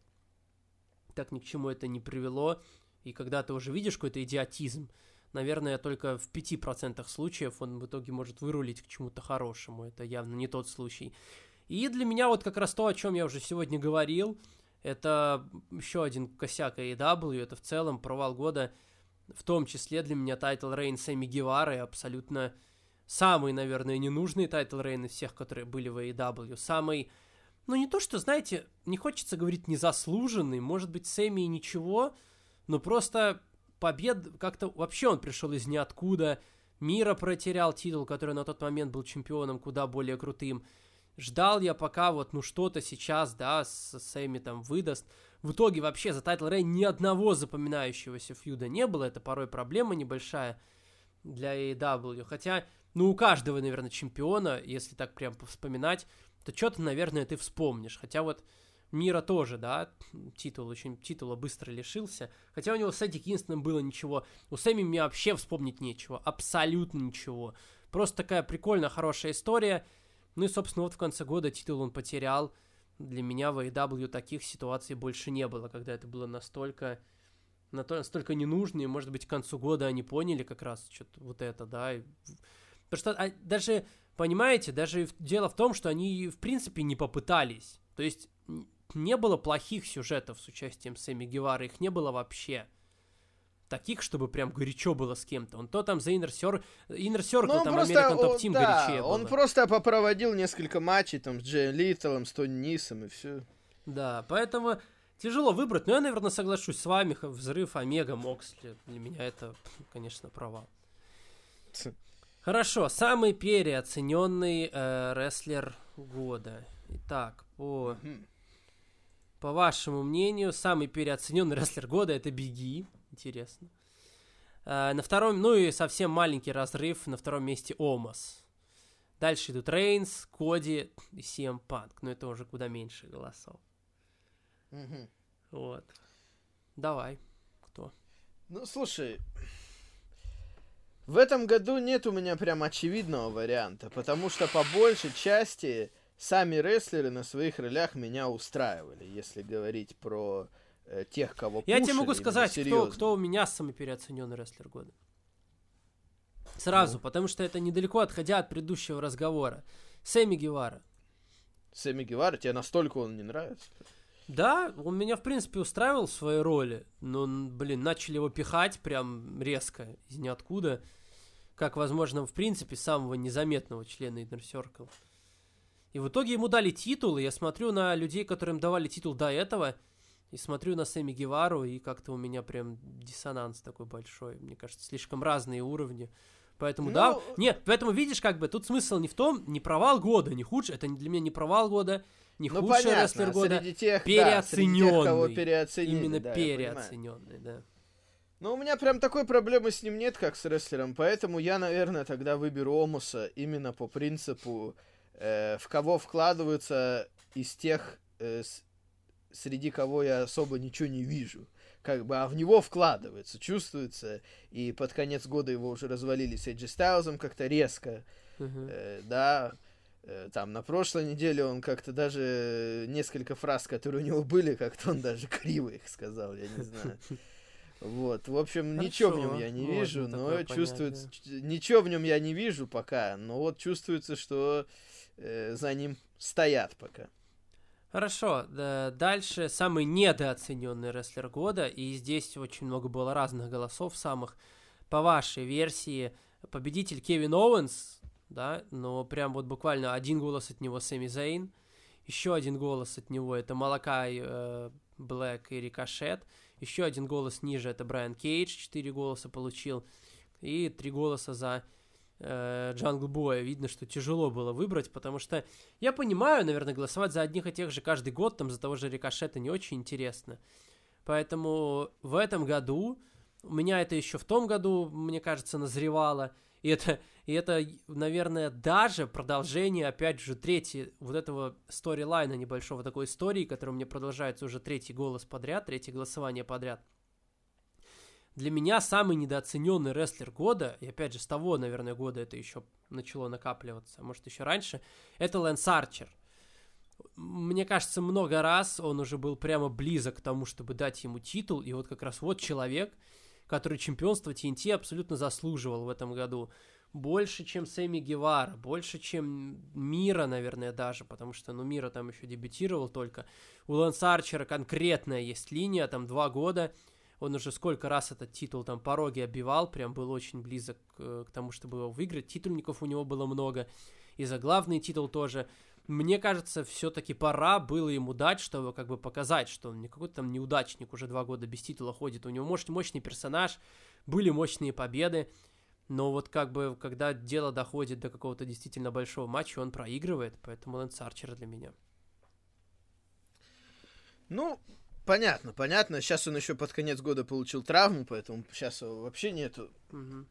Так ни к чему это не привело, и когда ты уже видишь какой-то идиотизм, наверное, только в пяти процентах случаев он в итоге может вырулить к чему-то хорошему, это явно не тот случай. И для меня вот как раз то, о чем я уже сегодня говорил, это еще один косяк эй и дабл ю, это в целом провал года. В том числе для меня тайтл рейн Сэмми Гевары, абсолютно самый, наверное, ненужный тайтл рейн из всех, которые были в эй и дабл ю. Самый, ну не то что, знаете, не хочется говорить незаслуженный, может быть, Сэмми и ничего, но просто побед как-то... Вообще он пришел из ниоткуда, Мира протерял титул, который на тот момент был чемпионом куда более крутым. Ждал я пока вот, ну что-то сейчас, да, с Сэмми там выдаст. В итоге вообще за тайтл рейн ни одного запоминающегося фьюда не было. Это порой проблема небольшая для эй и дабл ю. Хотя, ну у каждого, наверное, чемпиона, если так прям вспоминать, то что-то, наверное, ты вспомнишь. Хотя вот Мира тоже, да, титул, очень, титула быстро лишился. Хотя у него с Эдди Кингстоном было ничего. У Сэмми мне вообще вспомнить нечего. Абсолютно ничего. Просто такая прикольная, хорошая история. Ну и, собственно, вот в конце года титул он потерял. Для меня в эй и дабл ю таких ситуаций больше не было, когда это было настолько, настолько ненужно, и, может быть, к концу года они поняли как раз что-то вот это, да. Потому что а, даже, понимаете, даже дело в том, что они, в принципе, не попытались. То есть не было плохих сюжетов с участием Сэмми Гевары, их не было вообще. Таких, чтобы прям горячо было с кем-то. Он то там за Inner Circle, Inner Circle ну, там просто, American Top Team да, горячее было. Он просто попроводил несколько матчей там с Джеем Литтлом, с Тони Нисом и все. Да, поэтому тяжело выбрать. Но я, наверное, соглашусь с вами. Взрыв Омега, Моксли. Для меня это, конечно, провал. Хорошо, самый переоцененный э, рестлер года. Итак, по... По вашему мнению, самый переоцененный рестлер года — это Биг И. Интересно. А, на втором, ну и совсем маленький разрыв, на втором месте Омас. Дальше идут Рейнс, Коди и си эм Punk. Но это уже куда меньше голосов. Угу. Вот. Давай. Кто? Ну, слушай, в этом году нет у меня прям очевидного варианта, потому что по большей части сами рестлеры на своих ролях меня устраивали, если говорить про э, тех, кого пушили. Я тебе могу сказать, кто, кто у меня самый переоцененный рестлер года. Сразу, ну. Потому что это недалеко отходя от предыдущего разговора. Сэмми Гевара. Сэмми Гевара? Тебе настолько он не нравится? Да, он меня, в принципе, устраивал в своей роли, но, блин, начали его пихать прям резко, из ниоткуда, как, возможно, в принципе, самого незаметного члена Inner Circle. И в итоге ему дали титул, и я смотрю на людей, которым давали титул до этого, и смотрю на Сэмми Гевару, и как-то у меня прям диссонанс такой большой. Мне кажется, слишком разные уровни. Поэтому, ну... да, нет, поэтому, видишь, как бы, тут смысл не в том, не провал года, не худший, это для меня не провал года, не ну, худший понятно, рестлер года, тех, переоцененный, да, тех, кого переоценили, именно да, переоцененный, да. Ну, у меня прям такой проблемы с ним нет, как с рестлером, поэтому я, наверное, тогда выберу Омуса именно по принципу э, в кого вкладываются из тех, э, с, среди кого я особо ничего не вижу. Как бы, а в него вкладывается, чувствуется. И под конец года его уже развалили с Эйджи Стайлзом как-то резко. Uh-huh. Э, да, э, там на прошлой неделе он как-то даже несколько фраз, которые у него были, как-то он даже криво их сказал, я не знаю. Вот, в общем, Хорошо. Ничего в нем я не вижу, вот, но чувствуется, понятно. Ничего в нем я не вижу пока, но вот чувствуется, что э, за ним стоят пока. Хорошо, да, дальше самый недооцененный рестлер года, и здесь очень много было разных голосов самых. По вашей версии, победитель Кевин Оуэнс, да, но прям вот буквально один голос от него Сами Зейн, еще один голос от него это Малакай э, Блэк и Рикошет, еще один голос ниже это Брайан Кейдж, четыре голоса получил, и три голоса за Джангл Боя. Видно, что тяжело было выбрать, потому что я понимаю, наверное, голосовать за одних и тех же каждый год, там, за того же Рикошета не очень интересно. Поэтому в этом году, у меня это еще в том году, мне кажется, назревало, и это, и это, наверное, даже продолжение, опять же, третий, вот этого сторилайна небольшого, такой истории, которая у меня продолжается уже третий голос подряд, третье голосование подряд. Для меня самый недооцененный рестлер года, и опять же с того, наверное, года это еще начало накапливаться, может еще раньше, это Лэнс Арчер. Мне кажется, много раз он уже был прямо близок к тому, чтобы дать ему титул, и вот как раз вот человек, который чемпионство ти эн ти абсолютно заслуживал в этом году. Больше, чем Сэмми Гевара, больше, чем Мира, наверное, даже, потому что, ну, Мира там еще дебютировал только. У Лэнса Арчера конкретная есть линия, там два года. Он уже сколько раз этот титул там пороги оббивал, прям был очень близок к, к тому, чтобы его выиграть. Титульников у него было много, и за главный титул тоже. Мне кажется, все-таки пора было ему дать, чтобы как бы показать, что он не какой-то там неудачник, уже два года без титула ходит. У него мощ, мощный персонаж, были мощные победы, но вот как бы, когда дело доходит до какого-то действительно большого матча, он проигрывает, поэтому Лэнс Арчер для меня. Ну... Понятно, понятно. Сейчас он еще под конец года получил травму, поэтому сейчас его вообще нету. Mm-hmm.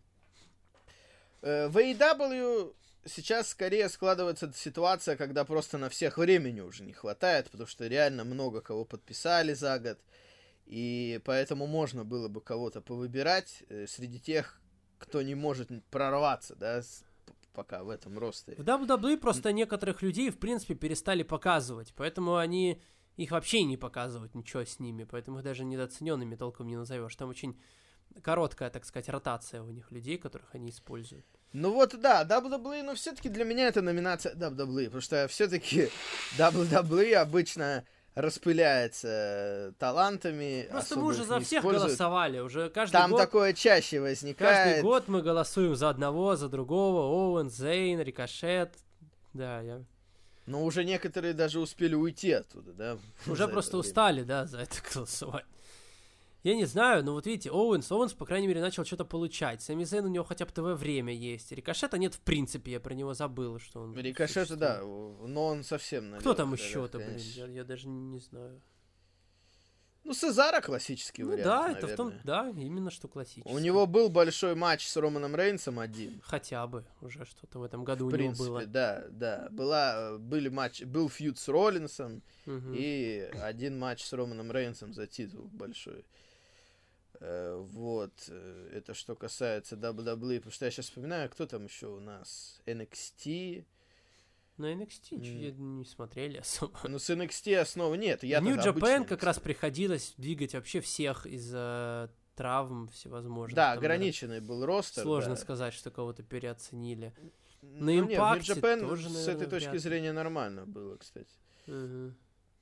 В эй и дабл ю сейчас скорее складывается ситуация, когда просто на всех времени уже не хватает, потому что реально много кого подписали за год, и поэтому можно было бы кого-то повыбирать среди тех, кто не может прорваться, да, пока в этом росте. В дабл ю дабл ю и просто некоторых людей, в принципе, перестали показывать, поэтому они... Их вообще не показывают, ничего с ними, поэтому их даже недооцененными толком не назовешь. Там очень короткая, так сказать, ротация у них людей, которых они используют. Ну вот, да, дабл ю дабл ю и, но все-таки для меня это номинация дабл ю дабл ю и, потому что все-таки дабл ю дабл ю и обычно распыляется талантами. Просто мы уже за всех используют. Голосовали, уже каждый Там год... Там такое чаще возникает. Каждый год мы голосуем за одного, за другого, Оуэн, Зейн, Рикошет, да, я... Но уже некоторые даже успели уйти оттуда, да? Уже просто устали, да, за это голосовать. Я не знаю, но вот видите, Оуэнс, Оуэнс, по крайней мере, начал что-то получать. Сами Зейн, у него хотя бы ТВ время есть. Рикошета нет в принципе, я про него забыл, что он... Рикошета, да, но он совсем... Наверное, кто там еще-то, блин, я, я даже не знаю. Ну, Сезара классический ну, вариант, да, наверное. это в том, да, именно что классический. У него был большой матч с Романом Рейнсом один. Хотя бы, уже что-то в этом году в у принципе, него было. да, да. Была, были матчи, был фьюд с Роллинсом угу. и один матч с Романом Рейнсом за титул большой. Вот, это что касается дабл ю дабл ю и, потому что я сейчас вспоминаю, кто там еще у нас, эн экс ти. На эн экс ти mm. не смотрели особо. Ну, с эн экс ти основы нет. Я New Japan как раз приходилось двигать вообще всех из-за травм всевозможных. Да, там, ограниченный да, был ростер. Сложно да. сказать, что кого-то переоценили. Ну, На импакте нет, New Japan тоже, с наверное, этой точки вряд. зрения нормально было, кстати. Угу.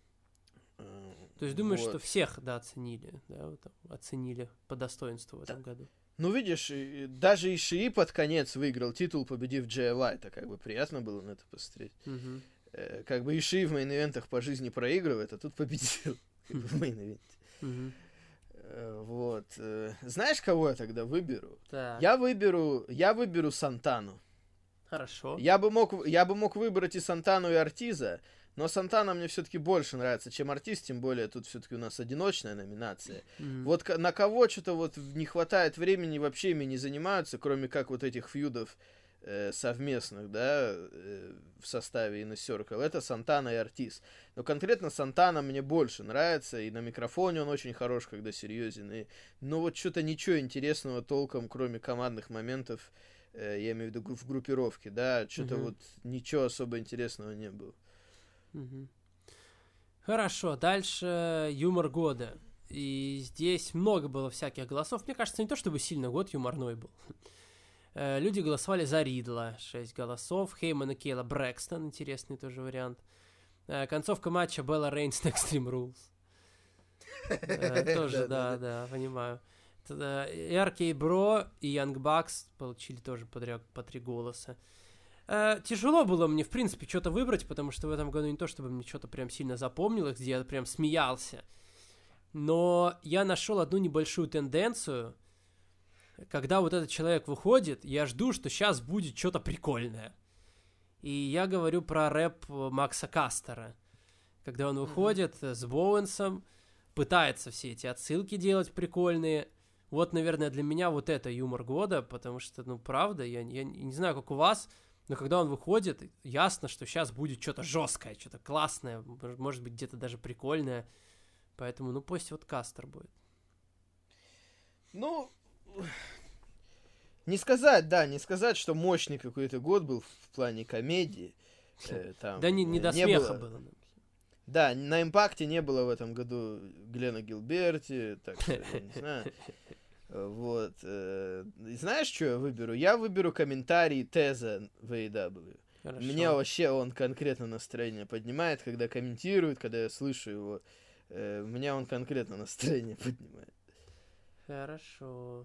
То есть думаешь, вот. что всех, да, оценили, да, вот, оценили по достоинству в этом да. году? Ну, видишь, даже Ишии под конец выиграл титул, победив Джея Уайта, как бы приятно было на это посмотреть. Угу. Э, как бы Ишии в мейн-ивентах по жизни проигрывает, а тут победил в мейн-ивенте. Угу. Э, вот. Э, знаешь, кого я тогда выберу? Так. Я выберу, я выберу Сантану. Хорошо. Я бы мог, я бы мог выбрать и Сантану, и Ортиза, но Сантана мне все-таки больше нравится, чем Ортиз, тем более тут все-таки у нас одиночная номинация. Mm-hmm. Вот на кого что-то вот не хватает времени, вообще ими не занимаются, кроме как вот этих фьюдов э, совместных, да, э, в составе Inner Circle, это Сантана и Ортис. Но конкретно Сантана мне больше нравится, и на микрофоне он очень хорош, когда серьезен. И, ну вот что-то ничего интересного толком, кроме командных моментов, э, я имею в виду в группировке, да, что-то Мгм. вот ничего особо интересного не было. Мгм. Хорошо, дальше юмор года. И здесь много было всяких голосов. Мне кажется, не то чтобы сильно год юморной был. Э, Люди голосовали за Ридла, шесть голосов. Хейман и Кейла Брэкстон, интересный тоже вариант. Э, Концовка матча Белла Рейнс на Extreme Rules. Э, Тоже, да, да, понимаю. Тогда эр кей Bro и Young Bucks получили тоже подряд по три голоса. Э, Тяжело было мне, в принципе, что-то выбрать, потому что в этом году не то, чтобы мне что-то прям сильно запомнилось, где я прям смеялся. Но я нашел одну небольшую тенденцию. Когда вот этот человек выходит, я жду, что сейчас будет что-то прикольное. И я говорю про рэп Макса Кастера. Когда он выходит mm-hmm. с Боуэнсом, пытается все эти отсылки делать прикольные. Вот, наверное, для меня вот это юмор года, потому что, ну, правда, я, я не знаю, как у вас, но когда он выходит, ясно, что сейчас будет что-то жесткое, что-то классное, может быть, где-то даже прикольное. Поэтому, ну, пусть вот Кастер будет. Ну, не сказать, да, не сказать, что мощный какой-то год был в плане комедии. Э, там, да не, не до не смеха было. было. Да, на Импакте не было в этом году Глена Гилберти, так что я не знаю. Вот. э, Знаешь, что я выберу? Я выберу комментарий Теза в эй и дабл ю. Хорошо. Мне вообще он конкретно настроение поднимает, когда комментирует, когда я слышу его. э, Меня он конкретно настроение поднимает. Хорошо.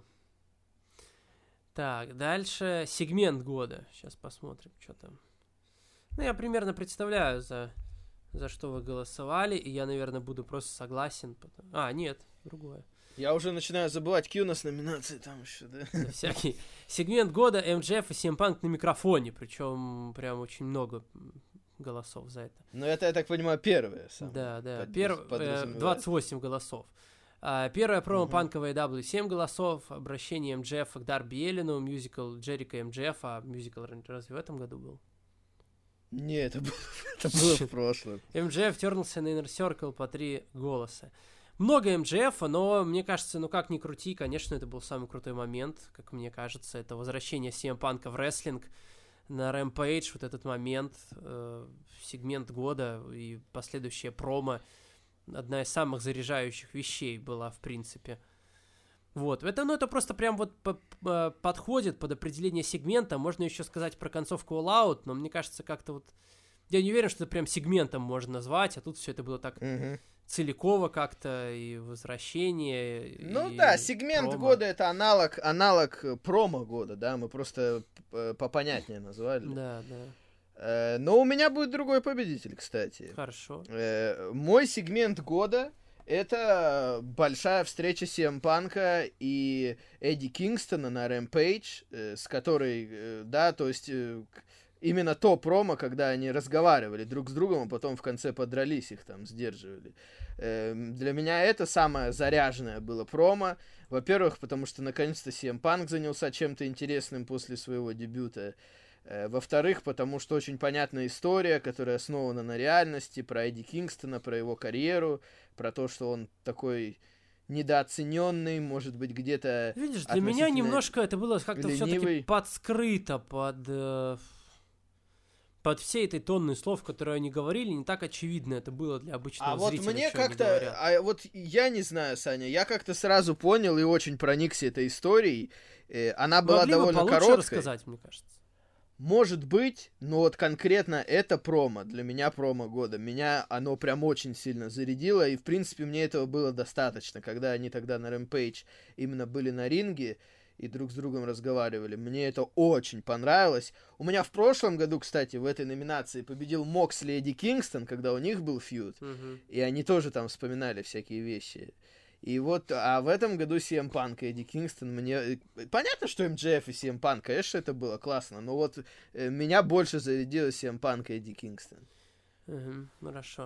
Так, дальше сегмент года. Сейчас посмотрим, что там. Ну, я примерно представляю, за, за что вы голосовали, и я, наверное, буду просто согласен. Потом... А, нет, другое. Я уже начинаю забывать, какие у нас номинации там еще, да? Да, всякий. Сегмент года эм джей эф и си эм Punk на микрофоне, причем прям очень много голосов за это. Но это, я так понимаю, первое. Самое Да, да, под- Пер... э, подразумевает. двадцать восемь голосов. А, Первое промо Мгм. Панка в эй и дабл ю семь голосов, обращение эм джей эф к Дарби Эллину, мюзикл Джерика эм джей эф, а мюзикл разве в этом году был? Не, это было, это было в прошлом. эм джей эф тернулся на Inner Circle по три голоса. Много эм джей эф, но мне кажется, ну как ни крути, конечно, это был самый крутой момент, как мне кажется, это возвращение си эм Панка в рестлинг на Rampage, вот этот момент, э, сегмент года и последующее промо, одна из самых заряжающих вещей была, в принципе. Вот, это, ну, это просто прям вот по- по- подходит под определение сегмента, можно еще сказать про концовку All Out, но мне кажется, как-то вот, я не уверен, что это прям сегментом можно назвать, а тут все это было так Мгм. целиково как-то, и возвращение, Ну и да, сегмент промо. года это аналог, аналог э, промо года, да, мы просто э, попонятнее назвали. Да, да, Э, Но у меня будет другой победитель, кстати. хорошо. Э, Мой сегмент года это большая встреча си эм Панка и Эдди Кингстона на Rampage, э, с которой, э, да, то есть э, к- именно то промо, когда они разговаривали друг с другом, а потом в конце подрались, их там сдерживали. Э, Для меня это самое заряженное было промо. Во-первых, потому что наконец-то си эм Панк занялся чем-то интересным после своего дебюта. Э, Во-вторых, потому что очень понятная история, которая основана на реальности, про Эдди Кингстона, про его карьеру, про то, что он такой недооцененный, может быть, где-то... Видишь, для меня относительно немножко это было как-то все-таки ленивый. подскрыто под, э, под всей этой тонной слов, которые они говорили, не так очевидно это было для обычного А вот зрителя, мне что они как-то, говорят. а вот я не знаю, Саня, я как-то сразу понял и очень проникся этой историей. Э, Она была Могли бы довольно получше короткой. рассказать, мне кажется. Может быть, но вот конкретно это промо, для меня промо года. Меня оно прям очень сильно зарядило, и в принципе мне этого было достаточно, когда они тогда на Rampage именно были на ринге и друг с другом разговаривали. Мне это очень понравилось. У меня в прошлом году, кстати, в этой номинации победил Моксли и Эдди Кингстон, когда у них был фьюд, Мгм. и они тоже там вспоминали всякие вещи. И вот, а в этом году си эм Punk и Эдди Кингстон мне... Понятно, что эм джей эф и си эм Punk, конечно, это было классно, но вот э, меня больше зарядило си эм Punk и Эдди Кингстон. Мгм, хорошо.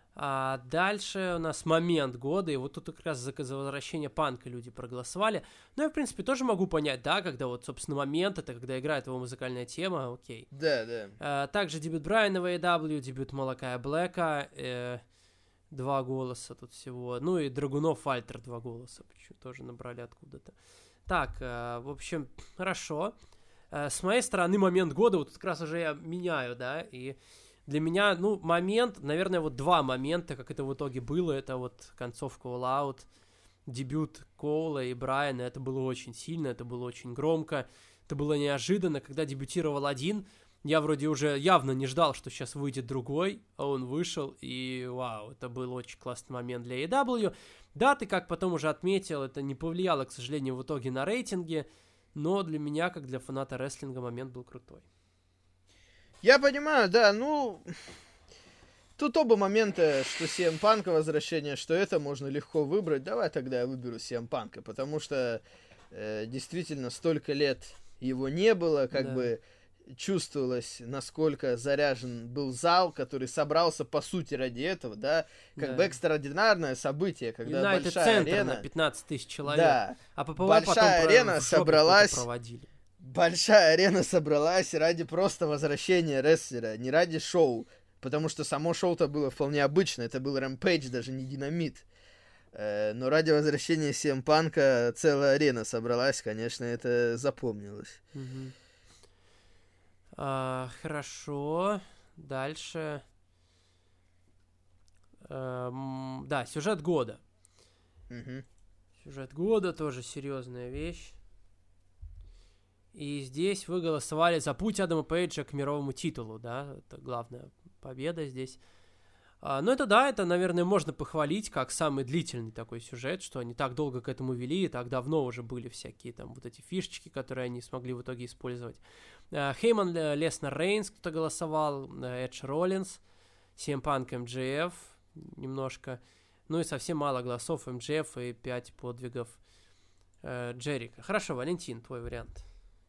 А дальше у нас момент года, и вот тут как раз за, за возвращение Панка люди проголосовали. Ну, я, в принципе, тоже могу понять, да, когда вот, собственно, момент, это когда играет его музыкальная тема, окей. Да, да. А, также дебют Брайана в эй и дабл ю, дебют Малакая Блэка, э, два голоса тут всего. Ну, и Драгунов Альтер два голоса, почему тоже набрали откуда-то. Так, э, в общем, хорошо. Э, с моей стороны, момент года, вот как раз уже я меняю, да, и... Для меня, ну, момент, наверное, вот два момента, как это в итоге было, это вот концовка All Out, дебют Коула и Брайана, это было очень сильно, это было очень громко, это было неожиданно, когда дебютировал один, я вроде уже явно не ждал, что сейчас выйдет другой, а он вышел, и вау, это был очень классный момент для эй и дабл ю. Да, ты как потом уже отметил, это не повлияло, к сожалению, в итоге на рейтинги, но для меня, как для фаната рестлинга, момент был крутой. Я понимаю, да, ну... Тут оба момента, что си эм Punk возвращение, что это можно легко выбрать. Давай тогда я выберу си эм Punk, потому что э, действительно столько лет его не было, как да. бы чувствовалось, насколько заряжен был зал, который собрался по сути ради этого, да, как да. бы экстраординарное событие, когда United большая Center арена... на пятнадцать тысяч человек, да, а по большая арена собралась... проводили. Большая арена собралась ради просто возвращения рестлера, не ради шоу. Потому что само шоу-то было вполне обычно. Это был Rampage, даже не Динамит. Э, но ради возвращения си эм Punk целая арена собралась. Конечно, это запомнилось. Угу. А, хорошо. Дальше. А, да, сюжет года. Угу. Сюжет года тоже серьезная вещь. И здесь вы голосовали за путь Адама Пейджа к мировому титулу, да, это главная победа здесь. А, ну это да, это, наверное, можно похвалить как самый длительный такой сюжет, что они так долго к этому вели, и так давно уже были всякие там вот эти фишечки, которые они смогли в итоге использовать. А, Хейман, Леснер, Рейнс кто-то голосовал, Эдж Роллинс, си эм Punk, эм джей эф немножко, ну и совсем мало голосов эм джей эф и пять подвигов э, Джерика. Хорошо, Валентин, твой вариант.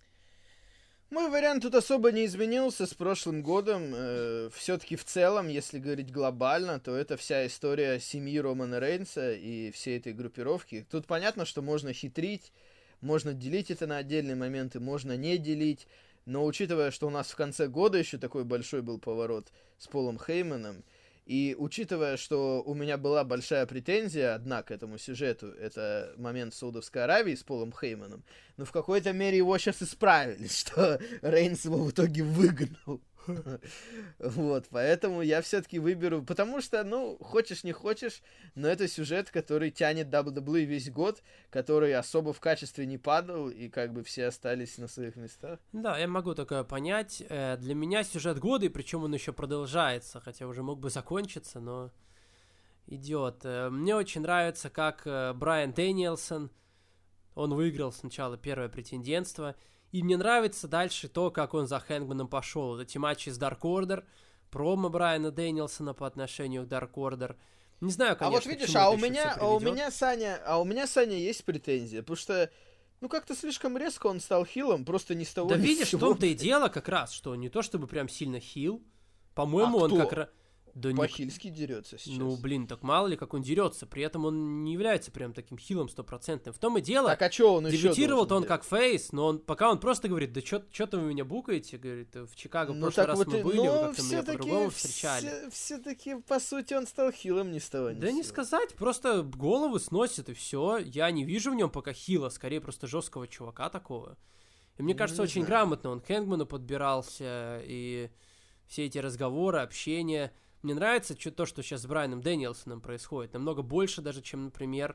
Мой вариант тут особо не изменился с прошлым годом. Э, все-таки в целом, если говорить глобально, то это вся история семьи Романа Рейнса и всей этой группировки. Тут понятно, что можно хитрить, можно делить это на отдельные моменты, можно не делить. Но учитывая, что у нас в конце года еще такой большой был поворот с Полом Хейманом, и учитывая, что у меня была большая претензия, одна, к этому сюжету, это момент в Саудовской Аравии с Полом Хейманом, но в какой-то мере его сейчас исправили, что Рейнс его в итоге выгнал. Вот, поэтому я все-таки выберу, потому что, ну, хочешь не хочешь, но это сюжет, который тянет дабл ю дабл ю и весь год, который особо в качестве не падал, и как бы все остались на своих местах. Да, я могу такое понять. Для меня сюжет года, и причем он еще продолжается, хотя уже мог бы закончиться, но идет. Мне очень нравится, как Брайан Дэнилсон, он выиграл сначала первое претендентство. И мне нравится дальше то, как он за Хэнгманом пошел. Эти матчи с Dark Order, промо Брайана Дэнилсона по отношению к Dark Order. Не знаю, конечно, а вот видишь, а у меня, а у меня, Саня, а у меня, Саня, есть претензия, потому что, ну, как-то слишком резко он стал хилом, просто не с того, да ни видишь, с чего. в том-то и дело как раз, что не то чтобы прям сильно хил. По-моему, а он кто? как раз... Да по-хильски не... дерется сейчас. Ну, блин, так мало ли, как он дерется. При этом он не является прям таким хилом стопроцентным. В том и дело, так, а чё он дебютировал-то он делать? как фейс, но он, пока он просто говорит, да что-то вы меня букаете, говорит, в Чикаго в ну, прошлый раз вот мы и... были, но вы как-то меня по-другому встречали. Все, все-таки, по сути, он стал хилом ни с того ни Да не сказать, просто голову сносит и все. Я не вижу в нем пока хила, скорее просто жесткого чувака такого. И мне ну, кажется, очень знаю. грамотно он к Хэнгману подбирался, и все эти разговоры, общение... Мне нравится то, что сейчас с Брайаном Дэнилсоном происходит. Намного больше даже, чем, например,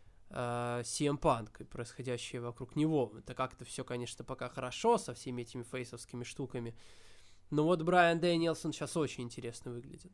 си эм Punk и происходящее вокруг него. Это как-то все, конечно, пока хорошо со всеми этими фейсовскими штуками. Но вот Брайан Дэнилсон сейчас очень интересно выглядит.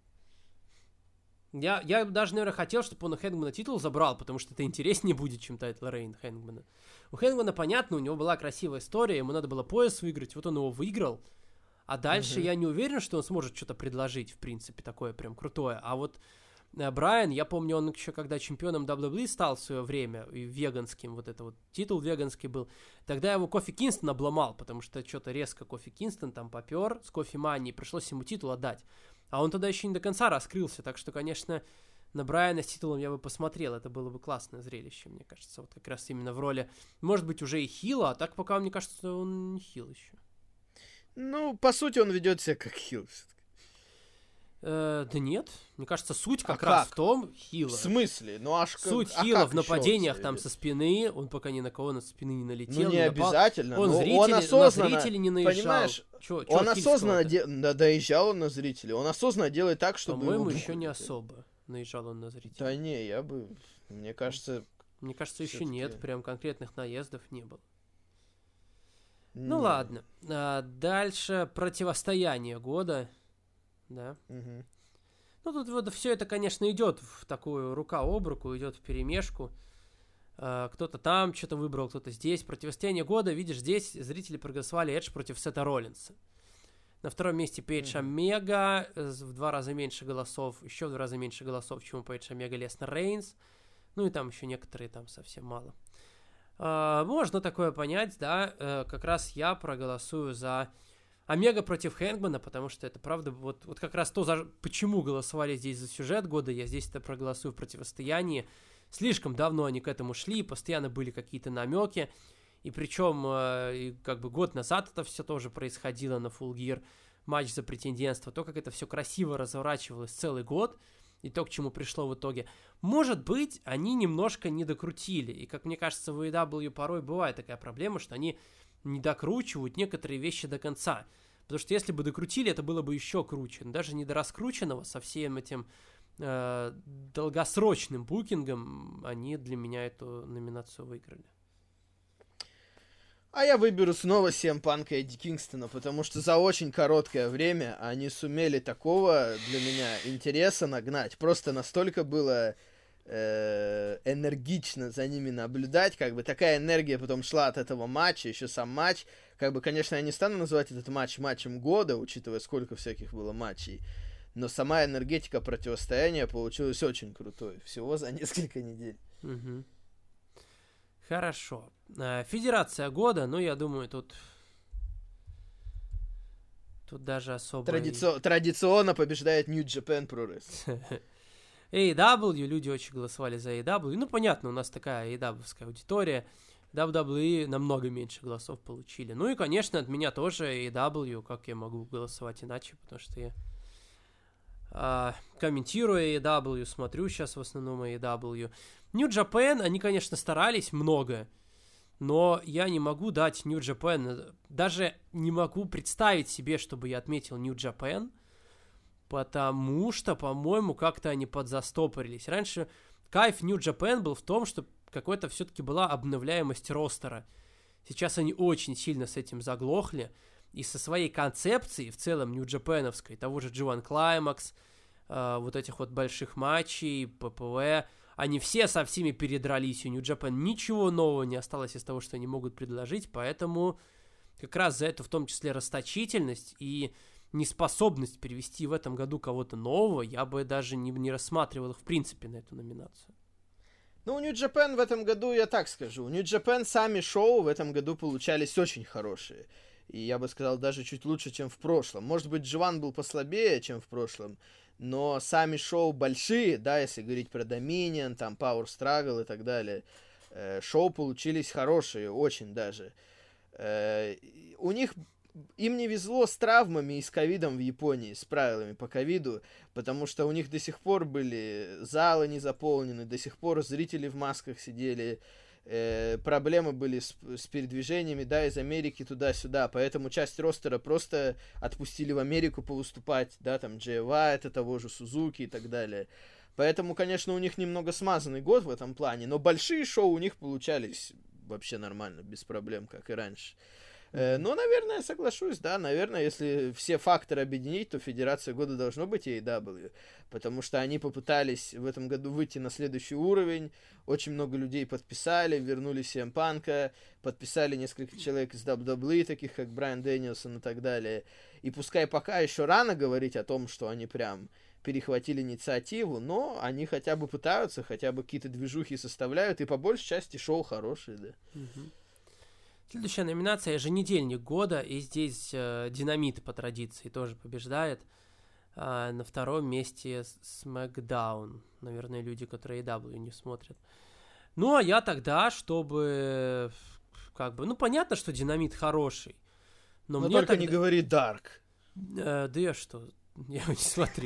Я, я даже, наверное, хотел, чтобы он у Хэнгмана титул забрал, потому что это интереснее будет, чем тайтл Рейн Хэнгмана. У Хэнгмана, понятно, у него была красивая история, ему надо было пояс выиграть, вот он его выиграл. А дальше uh-huh. я не уверен, что он сможет что-то предложить, в принципе, такое прям крутое. А вот э, Брайан, я помню, он еще когда чемпионом дабл ю дабл ю и стал в свое время, и веганским, вот это вот титул веганский был, тогда его Кофи Кингстон обломал, потому что что-то резко Кофи Кингстон там попер с Кофи Манни, пришлось ему титул отдать. А он тогда еще не до конца раскрылся, так что, конечно, на Брайана с титулом я бы посмотрел, это было бы классное зрелище, мне кажется, вот как раз именно в роли, может быть, уже и хила, а так пока, мне кажется, он не хил еще. Ну, по сути, он ведет себя как хил. Э, да нет, мне кажется, суть как а раз как? в том, хила. В смысле? Ну, аж Суть а хила как в нападениях еще там со спины, он пока ни на кого на спины не налетел. Ну, не, не напал. обязательно, Он, но зрители, он осознанно, на зрителей не наезжал. понимаешь, Чё, чё он осознанно хильского-то? де... да, доезжал он на зрителей, он осознанно делает так, чтобы По-моему, его еще не бухали. особо наезжал он на зрителей. Да не, я бы, мне кажется... Мне кажется, еще всё-таки- нет, прям конкретных наездов не было. не. Ну ладно, а, дальше противостояние года, да. Мгм. Ну тут вот все это, конечно, идет в такую рука об руку, идет в перемешку. А, кто-то там что-то выбрал, кто-то здесь. Противостояние года, видишь, здесь зрители проголосовали Эдж против Сета Роллинса. На втором месте Пейдж Мгм. Омега, э, в два раза меньше голосов, еще в два раза меньше голосов, чем у Пейдж Омега, Леснер Рейнс. Ну и там еще некоторые там совсем мало. А, можно такое понять, да, э, как раз я проголосую за Омега против Хэнгмана, потому что это правда, вот, вот как раз то, за, почему голосовали здесь за сюжет года, я здесь это проголосую в противостоянии. Слишком давно они к этому шли, постоянно были какие-то намеки, и причем э, и как бы год назад это все тоже происходило на Full Gear, матч за претендентство, то, как это все красиво разворачивалось целый год, и то, к чему пришло в итоге. Может быть, они немножко не докрутили, и, как мне кажется, в эй и дабл ю порой бывает такая проблема, что они не докручивают некоторые вещи до конца. Потому что если бы докрутили, это было бы еще круче. Но даже не до раскрученного, со всем этим э, долгосрочным букингом, они для меня эту номинацию выиграли. А я выберу снова си эм Панка и Эдди Кингстона, потому что за очень короткое время они сумели такого для меня интереса нагнать. Просто настолько было э, энергично за ними наблюдать, как бы такая энергия потом шла от этого матча, еще сам матч. Как бы, конечно, я не стану называть этот матч матчем года, учитывая, сколько всяких было матчей. Но сама энергетика противостояния получилась очень крутой. Всего за несколько недель. Угу. Хорошо. Федерация года, ну, я думаю, тут... Тут даже особо... Традици... Традиционно побеждает New Japan Pro Wrestling. эй и дабл ю, люди очень голосовали за эй и дабл ю. Ну, понятно, у нас такая эй и дабл ю-вская аудитория. дабл ю дабл ю и намного меньше голосов получили. Ну и, конечно, от меня тоже эй и дабл ю, как я могу голосовать иначе, потому что я а, комментирую эй и дабл ю, смотрю сейчас в основном эй и дабл ю. New Japan, они, конечно, старались много, но я не могу дать New Japan, даже не могу представить себе, чтобы я отметил New Japan, потому что, по-моему, как-то они подзастопорились. Раньше кайф New Japan был в том, что какой-то все-таки была обновляемость ростера. Сейчас они очень сильно с этим заглохли, и со своей концепцией, в целом, New Japan-овской, того же джи один Climax, э, вот этих вот больших матчей, пэ пэ вэ, они все со всеми передрались, у New Japan ничего нового не осталось из того, что они могут предложить, поэтому как раз за эту в том числе расточительность и неспособность привести в этом году кого-то нового, я бы даже не, не рассматривал их в принципе на эту номинацию. Ну, у New Japan в этом году, я так скажу, у New Japan сами шоу в этом году получались очень хорошие. И я бы сказал, даже чуть лучше, чем в прошлом. Может быть, джи один был послабее, чем в прошлом, но сами шоу большие, да, если говорить про Dominion, там, Power Struggle и так далее, э, шоу получились хорошие, очень даже. Э, у них, им не везло с травмами и с ковидом в Японии, с правилами по ковиду, потому что у них до сих пор были залы не заполнены, до сих пор зрители в масках сидели, э, проблемы были с, с передвижениями, да, из Америки туда-сюда, поэтому часть ростера просто отпустили в Америку повыступать, да, там, Джей Уайта, того же Сузуки и так далее. Поэтому, конечно, у них немного смазанный год в этом плане, но большие шоу у них получались вообще нормально, без проблем, как и раньше. Э, ну, наверное, соглашусь, да, наверное, если все факторы объединить, то Федерация года должно быть эй и дабл ю, потому что они попытались в этом году выйти на следующий уровень, очень много людей подписали, вернули си эм Панка, подписали несколько человек из дабл ю дабл ю и, таких как Брайан Дэнилсон и так далее, и пускай пока еще рано говорить о том, что они прям перехватили инициативу, но они хотя бы пытаются, хотя бы какие-то движухи составляют, и по большей части шоу хорошие, да. Угу. Следующая номинация — еженедельник года, и здесь э, Динамит по традиции тоже побеждает. А на втором месте SmackDown. Наверное, люди, которые эй дабл ю не смотрят. Ну, а я тогда, чтобы... Как бы, ну, понятно, что Динамит хороший. Но, но мне только тогда... не говори Dark. Э, да я что... Я не смотрю.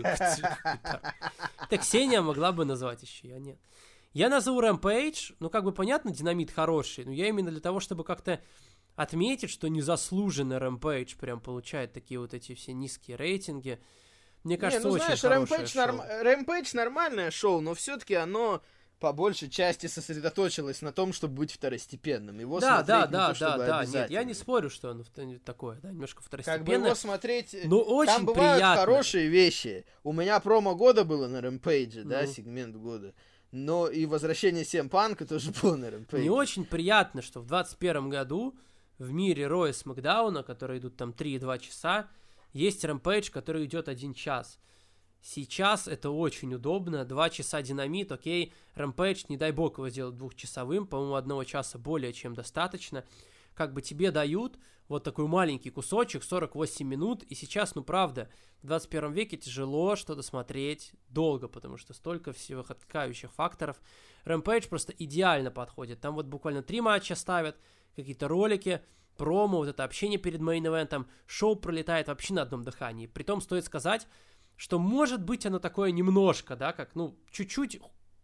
Так Ксения могла бы назвать еще, я нет. Я назову Rampage, ну, как бы понятно, Динамит хороший, но я именно для того, чтобы как-то отметить, что незаслуженно Rampage прям получает такие вот эти все низкие рейтинги. Мне кажется, не, ну, очень знаешь, хорошее Rampage, шоу. норм... Rampage нормальное шоу, но все-таки оно по большей части сосредоточилось на том, чтобы быть второстепенным. Его да, смотреть да, не да, то, чтобы да, да, обязательно. нет, я не спорю, что оно такое, да, немножко второстепенное. Как бы его смотреть... Но очень там бывают приятно. хорошие вещи. У меня промо года было на Rampage, Ну. да, сегмент года. Но и возвращение си эм Панка тоже было на Rampage. Мне очень приятно, что в двадцать первом году в мире Ро и Смакдауна, которые идут там три и два часа, есть Rampage, который идет один час. Сейчас это очень удобно. Два часа Динамит, окей. Rampage, не дай бог его сделать двухчасовым. По-моему, одного часа более чем достаточно. Как бы тебе дают вот такой маленький кусочек, сорок восемь минут. И сейчас, ну правда, в двадцать первом веке тяжело что-то смотреть долго, потому что столько всех отвлекающих факторов. Rampage просто идеально подходит. Там вот буквально три матча ставят, какие-то ролики, промо, вот это общение перед мейн-эвентом. Шоу пролетает вообще на одном дыхании. Притом стоит сказать, что может быть оно такое немножко, да, как, ну, чуть-чуть,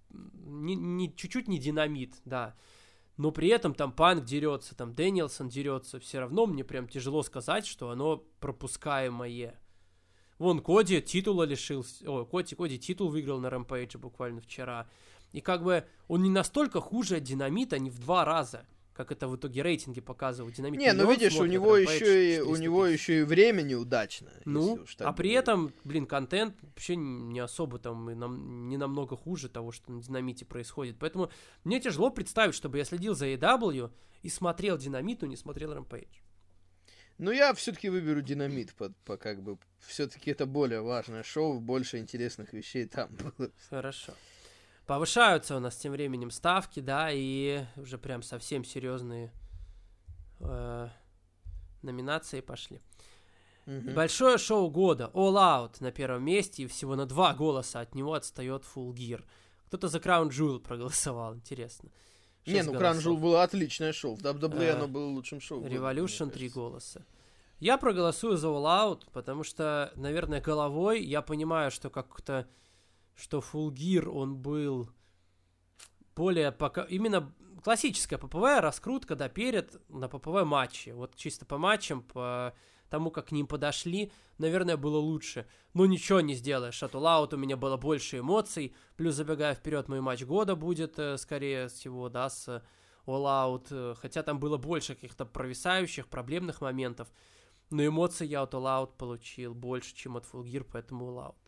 не, не, чуть-чуть не Динамит, да, но при этом там Панк дерется, там Дэниелсон дерется, все равно мне прям тяжело сказать, что оно пропускаемое. Вон Коди титула лишился, о, Коди, Коди титул выиграл на Rampage буквально вчера, и как бы он не настолько хуже от Динамита, не в два раза, как это в итоге рейтинги показывают. Динамит не, ну видишь, у него еще и у него еще и время неудачно. Ну, а при будет. этом, блин, контент вообще не особо там, и нам, не намного хуже того, что на Динамите происходит. Поэтому мне тяжело представить, чтобы я следил за эй дабл ю и смотрел Динамит, но не смотрел Rampage. Ну, я все-таки выберу Динамит, по, по как бы, все-таки это более важное шоу, больше интересных вещей там было. Хорошо. Повышаются у нас тем временем ставки, да, и уже прям совсем серьезные э, номинации пошли. Угу. Большое шоу года All Out на первом месте, и всего на два голоса от него отстает Full Gear. Кто-то за Crown Jewel проголосовал, интересно. Не, ну Crown Jewel было отличное шоу, в дабл ю дабл ю и э, оно было лучшим шоу. Revolution три голоса. Я проголосую за All Out, потому что, наверное, головой я понимаю, что как-то что Full Gear, он был более пока... именно классическая ППВ, раскрутка, да, перед на ППВ матче. Вот чисто по матчам, по тому, как к ним подошли, наверное, было лучше. Но ничего не сделаешь. От All Out у меня было больше эмоций. Плюс, забегая вперед, мой матч года будет, скорее всего, да, с All Out. Хотя там было больше каких-то провисающих, проблемных моментов. Но эмоций я от All Out получил больше, чем от Full Gear, поэтому All Out.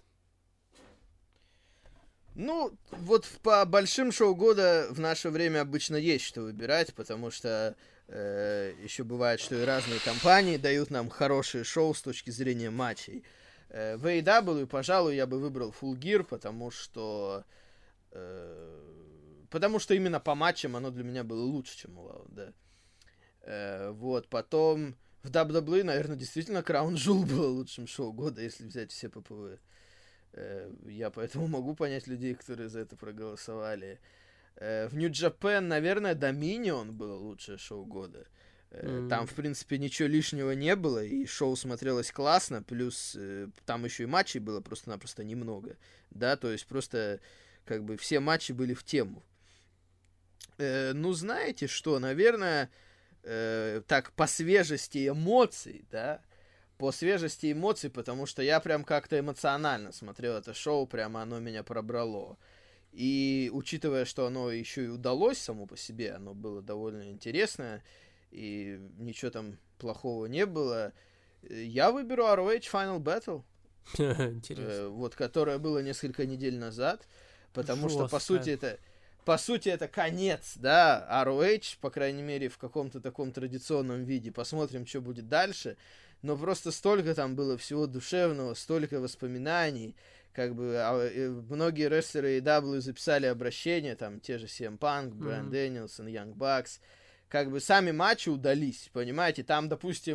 Ну, вот по большим шоу года в наше время обычно есть что выбирать, потому что э, еще бывает, что и разные компании дают нам хорошие шоу с точки зрения матчей. Э, в эй дабл ю, пожалуй, я бы выбрал Full Gear, потому что э, потому что именно по матчам оно для меня было лучше, чем All Out, да. Э, вот, потом в дабл ю дабл ю и, наверное, действительно Crown Jewel было лучшим шоу года, если взять все ППВ. Я поэтому могу понять людей, которые за это проголосовали. В New Japan, наверное, Dominion было лучшее шоу года. Mm-hmm. Там, в принципе, ничего лишнего не было, и шоу смотрелось классно, плюс там еще и матчей было просто-напросто немного. Да, то есть просто как бы все матчи были в тему. Ну, знаете что, наверное, так по свежести эмоций, да, по свежести эмоций, потому что я прям как-то эмоционально смотрел это шоу, прямо оно меня пробрало. И учитывая, что оно еще и удалось само по себе, оно было довольно интересное, и ничего там плохого не было, я выберу ар о эйч Final Battle. Интересно. Вот, которое было несколько недель назад, потому Жестко. что, по сути, это... По сути, это конец, да, ар о эйч, по крайней мере, в каком-то таком традиционном виде. Посмотрим, что будет дальше. Но просто столько там было всего душевного, столько воспоминаний. Как бы а, многие рестлеры эй дабл ю записали обращения, там те же си эм Punk, Брайан mm-hmm. Дэнилсон, Young Bucks. Как бы сами матчи удались, понимаете? Там, допустим,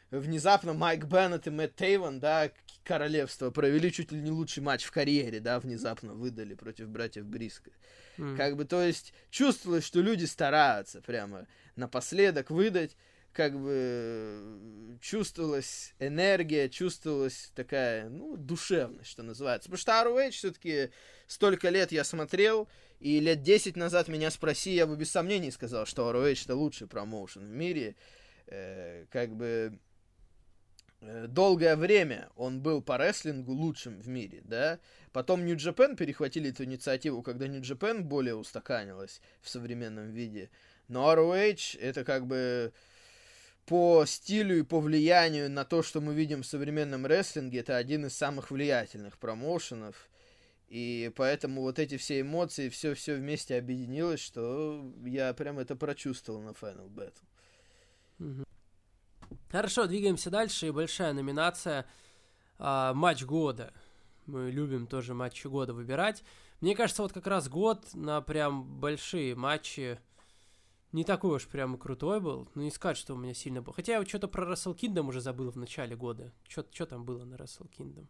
внезапно Майк Беннет и Мэтт Тейвон, да, королевство, провели чуть ли не лучший матч в карьере, да, внезапно выдали против братьев Бриско. Mm. Как бы, то есть, чувствовалось, что люди стараются прямо напоследок выдать, как бы чувствовалась энергия, чувствовалась такая, ну, душевность, что называется. Потому что ар оу эйч все-таки столько лет я смотрел, и лет десять назад меня спроси, я бы без сомнений сказал, что ар оу эйч это лучший промоушен в мире. Э, как бы э, долгое время он был по рестлингу лучшим в мире, да. Потом New Japan перехватили эту инициативу, когда New Japan более устаканилась в современном виде. Но ар оу эйч это как бы по стилю и по влиянию на то, что мы видим в современном рестлинге, это один из самых влиятельных промоушенов. И поэтому вот эти все эмоции, все-все вместе объединилось, что я прям это прочувствовал на Final Battle. Хорошо, двигаемся дальше. И большая номинация а, матч года. Мы любим тоже матчи года выбирать. Мне кажется, вот как раз год на прям большие матчи не такой уж прям крутой был. Ну, не сказать, что у меня сильно был. Хотя я что-то про Wrestle Kingdom уже забыл в начале года. Что там было на Wrestle Kingdom?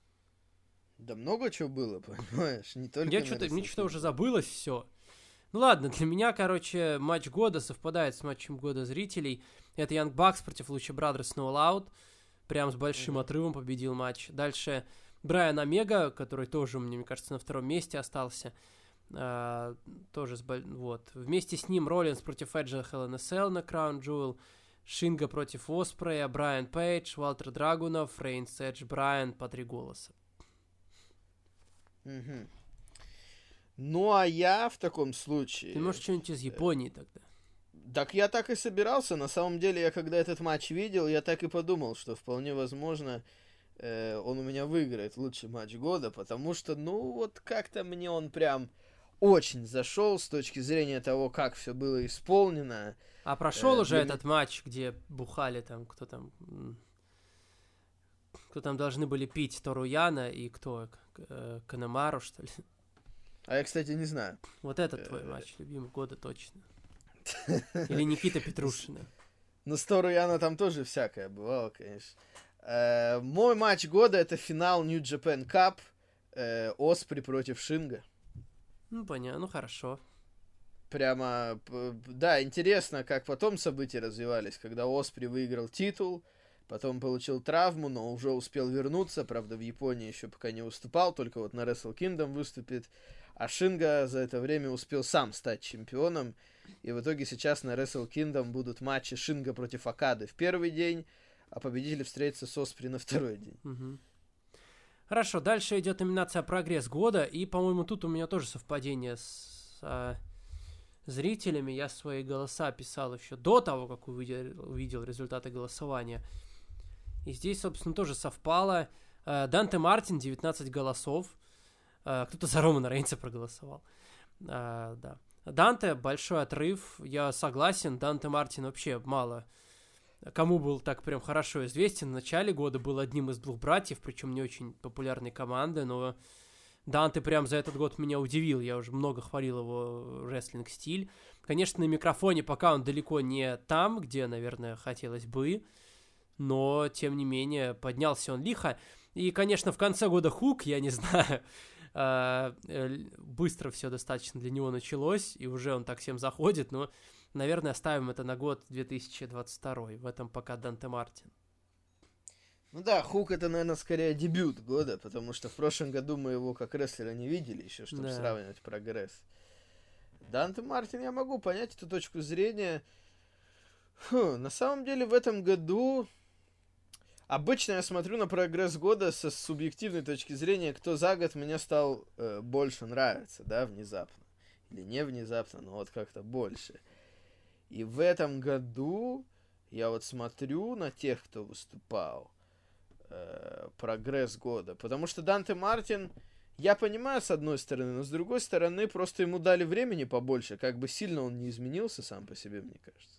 Да много чего было, понимаешь? Не только я что-то, мне что-то уже забылось все. Ну ладно, для меня, короче, матч года совпадает с матчем года зрителей. Это Young Bucks против Lucha Brothers No All Out. Прям с большим mm-hmm. отрывом победил матч. Дальше Брайан Омега, который тоже, мне, мне кажется, на втором месте остался. Uh, тоже с, вот. Вместе с ним Роллинс против Эджа Hell in a Cell на Crown Jewel, Шинга против Оспрея, Брайан Пейдж, Валтер Драгунов, Рейнс, Эдж, Брайан по три голоса. Mm-hmm. Ну, а я в таком случае... Ты можешь что-нибудь из Японии тогда? Так я так и собирался. На самом деле, я когда этот матч видел, я так и подумал, что вполне возможно э, он у меня выиграет лучший матч года, потому что, ну, вот как-то мне он прям очень зашел с точки зрения того, как все было исполнено. А прошел э, уже для... этот матч, где бухали там, кто там... Кто там должны были пить Тору Яна и кто? Канемару, что ли? А я, кстати, не знаю. Вот этот твой матч, любимый года точно. Или Никита Петрушина. Ну, с Тору Яна там тоже всякое бывало, конечно. Мой матч года — это финал New Japan Cup. Оспри против Шинга. Ну, понятно, ну хорошо. Прямо, да, интересно, как потом события развивались, когда Оспри выиграл титул, потом получил травму, но уже успел вернуться, правда, в Японии еще пока не выступал, только вот на Wrestle Kingdom выступит, а Шинга за это время успел сам стать чемпионом, и в итоге сейчас на Wrestle Kingdom будут матчи Шинга против Окады в первый день, а победители встретятся с Оспри на второй день. Угу. Хорошо, дальше идет номинация «Прогресс года», и, по-моему, тут у меня тоже совпадение с а, зрителями. Я свои голоса писал еще до того, как увидел, увидел результаты голосования. И здесь, собственно, тоже совпало. Данте Мартин, девятнадцать голосов. Кто-то за Романа Рейнса проголосовал. А, да. Данте, большой отрыв. Я согласен, Данте Мартин вообще мало... Кому был так прям хорошо известен, в начале года был одним из двух братьев, причем не очень популярной команды, но Данте прям за этот год меня удивил, я уже много хвалил его рестлинг-стиль. Конечно, на микрофоне пока он далеко не там, где, наверное, хотелось бы, но, тем не менее, поднялся он лихо. И, конечно, в конце года Хук, я не знаю, быстро все достаточно для него началось, и уже он так всем заходит, но... Наверное, оставим это на год две тысячи двадцать второй. В этом пока Данте Мартин. Ну да, Хук это, наверное, скорее дебют года, потому что в прошлом году мы его как рестлера не видели еще, чтобы да. сравнивать прогресс. Данте Мартин, я могу понять эту точку зрения. Фу, на самом деле в этом году... Обычно я смотрю на прогресс года со субъективной точки зрения, кто за год мне стал э, больше нравиться, да, внезапно. Или не внезапно, но вот как-то больше. И в этом году я вот смотрю на тех, кто выступал, э, прогресс года. Потому что Данте Мартин, я понимаю, с одной стороны, но с другой стороны, просто ему дали времени побольше. Как бы сильно он не изменился сам по себе, мне кажется.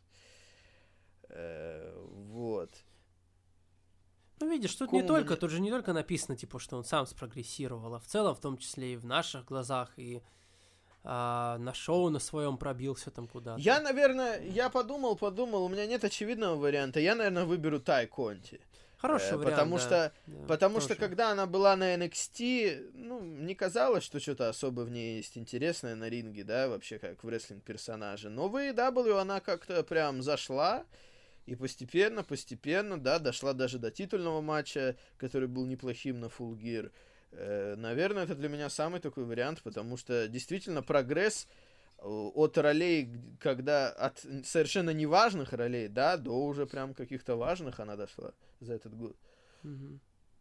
Э, вот. Ну, видишь, тут Кому не только, мне... тут же не только написано, типа, что он сам спрогрессировал, а в целом, в том числе и в наших глазах, и а, на шоу на своем пробился там куда-то. Я, наверное, я подумал, подумал, у меня нет очевидного варианта. Я, наверное, выберу Тай Конти. Хороший э, вариант, потому да. что, Да, потому тоже. что когда она была на эн экс ти, ну, не казалось, что что-то особо в ней есть интересное на ринге, да, вообще как в рестлинг-персонаже. Но в эй и дабл ю она как-то прям зашла, и постепенно, постепенно, да, дошла даже до титульного матча, который был неплохим на Full Gear. Э, наверное, это для меня самый такой вариант, потому что действительно прогресс от ролей, когда от совершенно неважных ролей, да, до уже прям каких-то важных она дошла за этот год. Угу.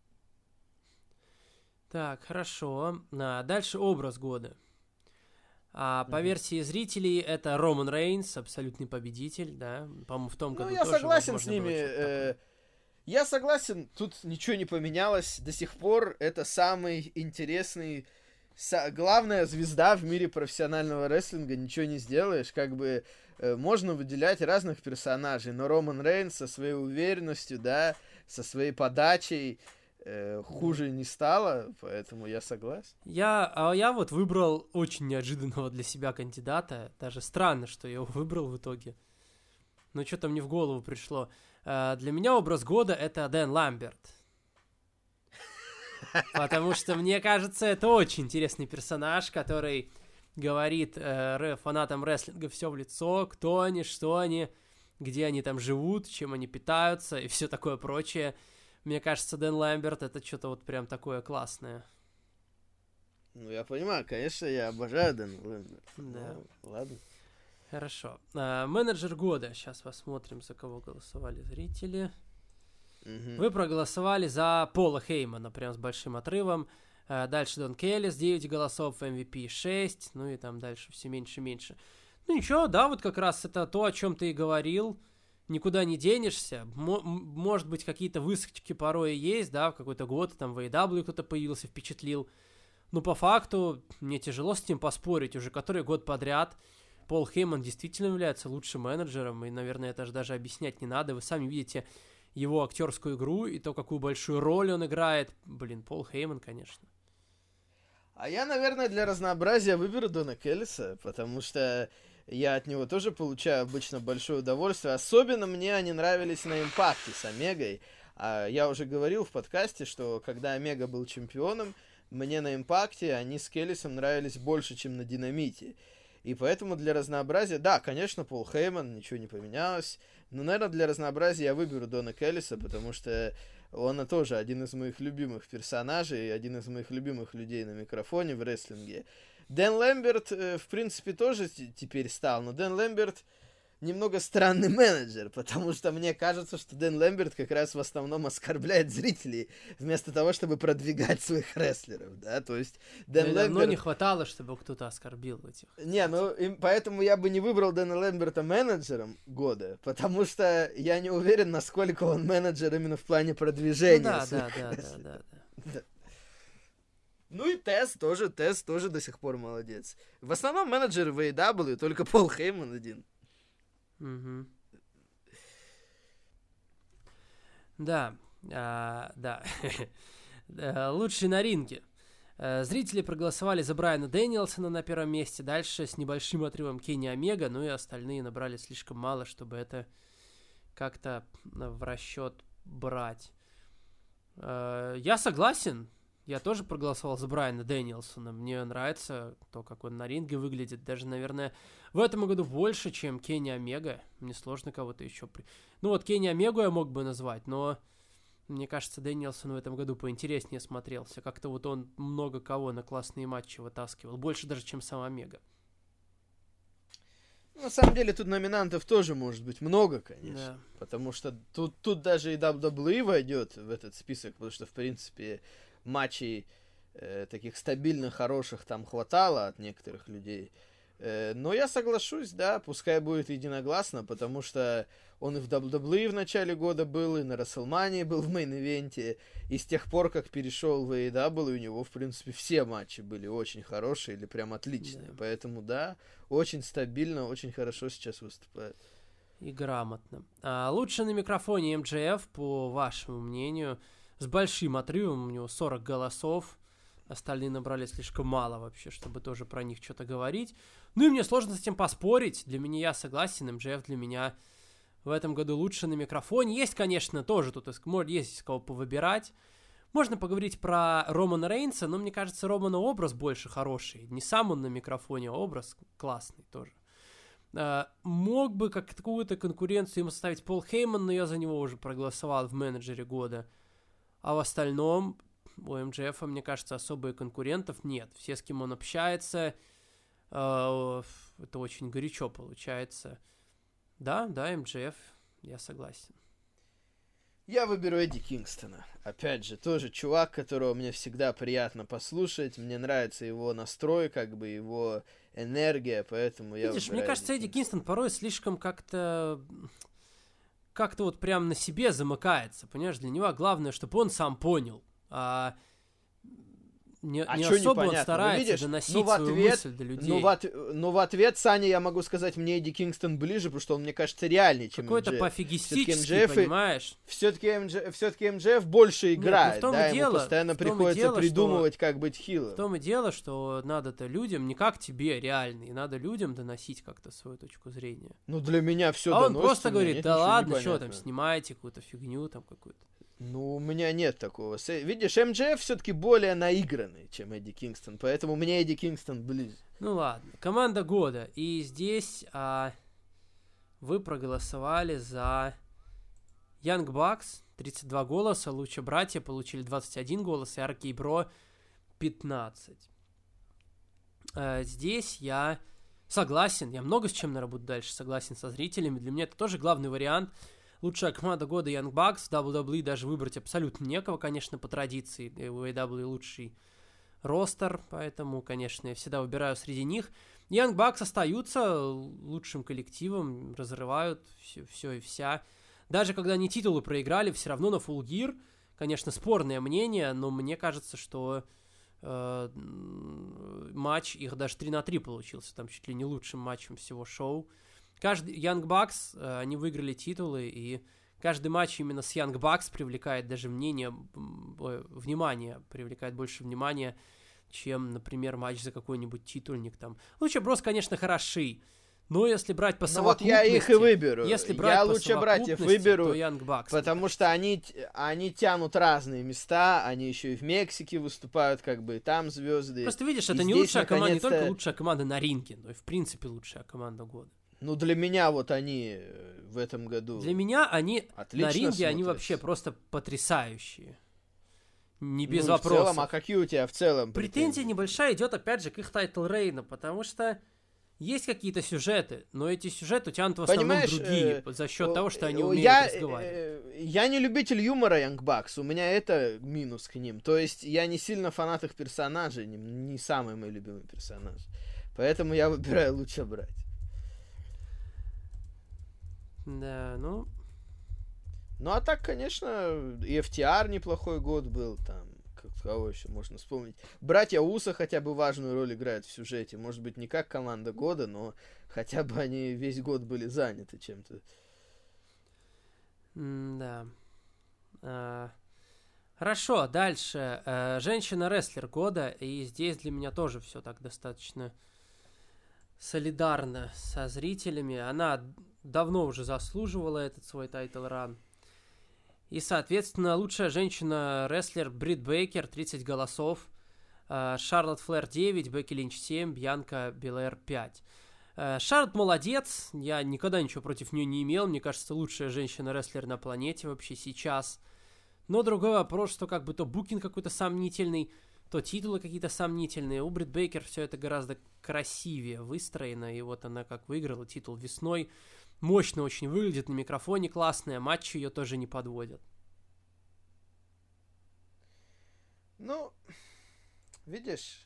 Так, хорошо. А, дальше образ года. А, по mm-hmm. версии зрителей, это Роман Рейнс, абсолютный победитель, да, по-моему, в том году ну, я тоже, согласен возможно, с ними. Э, я согласен, тут ничего не поменялось. До сих пор это самый интересный, са- главная звезда в мире профессионального рестлинга. Ничего не сделаешь. Как бы э, можно выделять разных персонажей, но Роман Рейнс со своей уверенностью, да, со своей подачей, хуже не стало, поэтому я согласен. Я, а я вот выбрал очень неожиданного для себя кандидата. Даже странно, что я его выбрал в итоге. Но что-то мне в голову пришло. Для меня образ года — это Дэн Ламберт. Потому что, мне кажется, это очень интересный персонаж, который говорит э, фанатам рестлинга все в лицо, кто они, что они, где они там живут, чем они питаются и все такое прочее. Мне кажется, Дэн Ламберт — это что-то вот прям такое классное. Ну, я понимаю, конечно, я обожаю Дэна Ламберта. Да. Ну, ладно. Хорошо. А, менеджер года. Сейчас посмотрим, за кого голосовали зрители. Угу. Вы проголосовали за Пола Хеймана, прям с большим отрывом. А, дальше Дон Келлис, девять голосов, эм ви пи шесть, ну и там дальше все меньше и меньше. Ну ничего, да, вот как раз это то, о чем ты и говорил. Никуда не денешься. М- может быть, какие-то выскочки порой есть, да, в какой-то год, там в эй и дабл ю кто-то появился, впечатлил. Но по факту мне тяжело с ним поспорить. Уже который год подряд Пол Хейман действительно является лучшим менеджером, и, наверное, это же даже объяснять не надо. Вы сами видите его актерскую игру и то, какую большую роль он играет. Блин, Пол Хейман, конечно. А я, наверное, для разнообразия выберу Дона Келлиса, потому что я от него тоже получаю обычно большое удовольствие. Особенно мне они нравились на Импакте с Омегой. А я уже говорил в подкасте, что когда Омега был чемпионом, мне на Импакте они с Келлисом нравились больше, чем на Динамите. И поэтому для разнообразия... Да, конечно, Пол Хейман, ничего не поменялось. Но, наверное, для разнообразия я выберу Дона Келлиса, потому что он тоже один из моих любимых персонажей, один из моих любимых людей на микрофоне в рестлинге. Дэн Ламберт, э, в принципе, тоже теперь стал, но Дэн Ламберт немного странный менеджер, потому что мне кажется, что Дэн Ламберт как раз в основном оскорбляет зрителей, вместо того, чтобы продвигать своих рестлеров, да, то есть Дэн Мне Ламберт... давно не хватало, чтобы кто-то оскорбил этих. Не, ну, им, поэтому я бы не выбрал Дэна Ламберта менеджером года, потому что я не уверен, насколько он менеджер именно в плане продвижения. Ну, да, да, да, да, да, да. Ну и Тесс тоже, Тесс тоже до сих пор молодец. В основном менеджеры в эй и дабл ю, только Пол Хейман один. Угу. Да, а, да. Лучший на ринге. Зрители проголосовали за Брайана Дэнилсона на первом месте. Дальше с небольшим отрывом Кенни Омега. Ну и остальные набрали слишком мало, чтобы это как-то в расчет брать. Я согласен. Я тоже проголосовал за Брайана Дэнилсона. Мне нравится то, как он на ринге выглядит. Даже, наверное, в этом году больше, чем Кенни Омега. Мне сложно кого-то еще... При... Ну вот Кенни Омегу я мог бы назвать, но мне кажется, Дэнилсон в этом году поинтереснее смотрелся. Как-то вот он много кого на классные матчи вытаскивал. Больше даже, чем сам Омега. На самом деле тут номинантов тоже может быть много, конечно. Да. Потому что тут, тут даже и дабл ю дабл ю и войдет в этот список, потому что, в принципе, матчей э, таких стабильных, хороших там хватало от некоторых людей. Э, но я соглашусь, да, пускай будет единогласно, потому что он и в дабл ю дабл ю и в начале года был, и на Расселмании был в мейн-ивенте, и с тех пор, как перешел в эй и дабл ю, у него, в принципе, все матчи были очень хорошие или прям отличные. Да. Поэтому, да, очень стабильно, очень хорошо сейчас выступает. И грамотно. А лучше на микрофоне эм джей эф, по вашему мнению, с большим отрывом, у него сорок голосов. Остальные набрали слишком мало вообще, чтобы тоже про них что-то говорить. Ну и мне сложно с этим поспорить. Для меня, я согласен, эм джей эф для меня в этом году лучше на микрофоне. Есть, конечно, тоже тут есть из кого повыбирать. Можно поговорить про Романа Рейнса, но мне кажется, Романа образ больше хороший. Не сам он на микрофоне, а образ классный тоже. Uh, мог бы как какую-то конкуренцию ему составить Пол Хейман, но я за него уже проголосовал в менеджере года. А в остальном у эм джей эф, мне кажется, особо конкурентов нет. Все, с кем он общается, uh, это очень горячо получается. Да, да, эм джей эф, я согласен. Я выберу Эдди Кингстона. Опять же, тоже чувак, которого мне всегда приятно послушать. Мне нравится его настрой, как бы его энергия, поэтому я Видишь, выбираю мне кажется, Эдди Эдди Кингстон порой слишком как-то... Как-то вот прям на себе замыкается, понимаешь? Для него главное, чтобы он сам понял. А... Не, а не что особо непонятно? он старается Ну, видишь, доносить ну, в свою ответ, мысль до людей. Ну в, от, ну, в ответ, Саня, я могу сказать, мне Эдди Кингстон ближе, потому что он, мне кажется, реальнее, чем Какой-то эм джей эф. пофигистический, понимаешь? Все-таки эм джей эф, все-таки эм джей эф больше играет, Нет, ну, да, дело, ему постоянно приходится дело, придумывать, что, как быть хилым. В том и дело, что надо-то людям, не как тебе реально, и надо людям доносить как-то свою точку зрения. Ну, для меня все а доносится. он просто говорит, нет, да ладно, что непонятно. там, снимайте какую-то фигню там какую-то. Ну, у меня нет такого. Видишь, эм джей эф все-таки более наигранный, чем Эдди Кингстон, поэтому мне Эдди Кингстон ближе. Ну ладно, команда года. И здесь а, вы проголосовали за Young Bucks, тридцать два голоса, Луча Братья получили двадцать один голос, и Аркей Бро пятнадцать. А, здесь я согласен, я много с чем, наверное, буду дальше согласен со зрителями. Для меня это тоже главный вариант. Лучшая команда года Young Bucks, в дабл ю дабл ю и даже выбрать абсолютно некого, конечно, по традиции. У эй дабл ю лучший ростер, поэтому, конечно, я всегда выбираю среди них. Young Bucks остаются лучшим коллективом, разрывают все, все и вся. Даже когда они титулы проиграли, все равно на Full Gear, конечно, спорное мнение, но мне кажется, что э, матч их даже три на три получился, там чуть ли не лучшим матчем всего шоу. Каждый Young Bucks, э, они выиграли титулы, и каждый матч именно с Young Bucks привлекает даже мнение, э, внимание, привлекает больше внимания, чем, например, матч за какой-нибудь титульник там. Лучше Брос, конечно, хороши, но если брать по совокупности... Ну вот я их и выберу. Если брать я по лучше братьев выберу, то Young Bucks, потому что они, они тянут разные места, они еще и в Мексике выступают, как бы, там звезды. Просто видишь, и это не здесь, лучшая команда, не наконец-то... только лучшая команда на ринге, но и в принципе лучшая команда года. Ну, для меня вот они в этом году... Для меня они отлично на ринге, смотрятся. они вообще просто потрясающие. Не без ну, вопросов. В целом, а какие у тебя в целом Претензия претензии? небольшая идет, опять же, к их тайтл рейну, потому что есть какие-то сюжеты, но эти сюжеты тянут в основном Понимаешь, другие, э, за счет э, того, что они умеют я, разговаривать. Э, я не любитель юмора Young Bucks, у меня это минус к ним. То есть я не сильно фанат их персонажей, не, не самый мой любимый персонаж. Поэтому я выбираю лучше брать. Да, ну... Ну, а так, конечно, и эф ти ар неплохой год был, там, кого еще можно вспомнить. Братья Уса хотя бы важную роль играют в сюжете. Может быть, не как команда года, но хотя бы они весь год были заняты чем-то. Да. А... Хорошо, дальше. А, женщина-рестлер года, и здесь для меня тоже все так достаточно солидарно со зрителями. Она давно уже заслуживала этот свой тайтл-ран. И, соответственно, лучшая женщина-рестлер Брит Бейкер, тридцать голосов. Шарлотт Флэр девять, Бекки Линч семь, Бьянка Белэр пять. Шарлотт молодец, я никогда ничего против нее не имел. Мне кажется, лучшая женщина-рестлер на планете вообще сейчас. Но другой вопрос, что как бы то букинг какой-то сомнительный, то титулы какие-то сомнительные. У Брит Бейкер все это гораздо красивее выстроено. И вот она как выиграла титул весной. Мощно очень выглядит, на микрофоне классная, матчи ее тоже не подводят. Ну, видишь,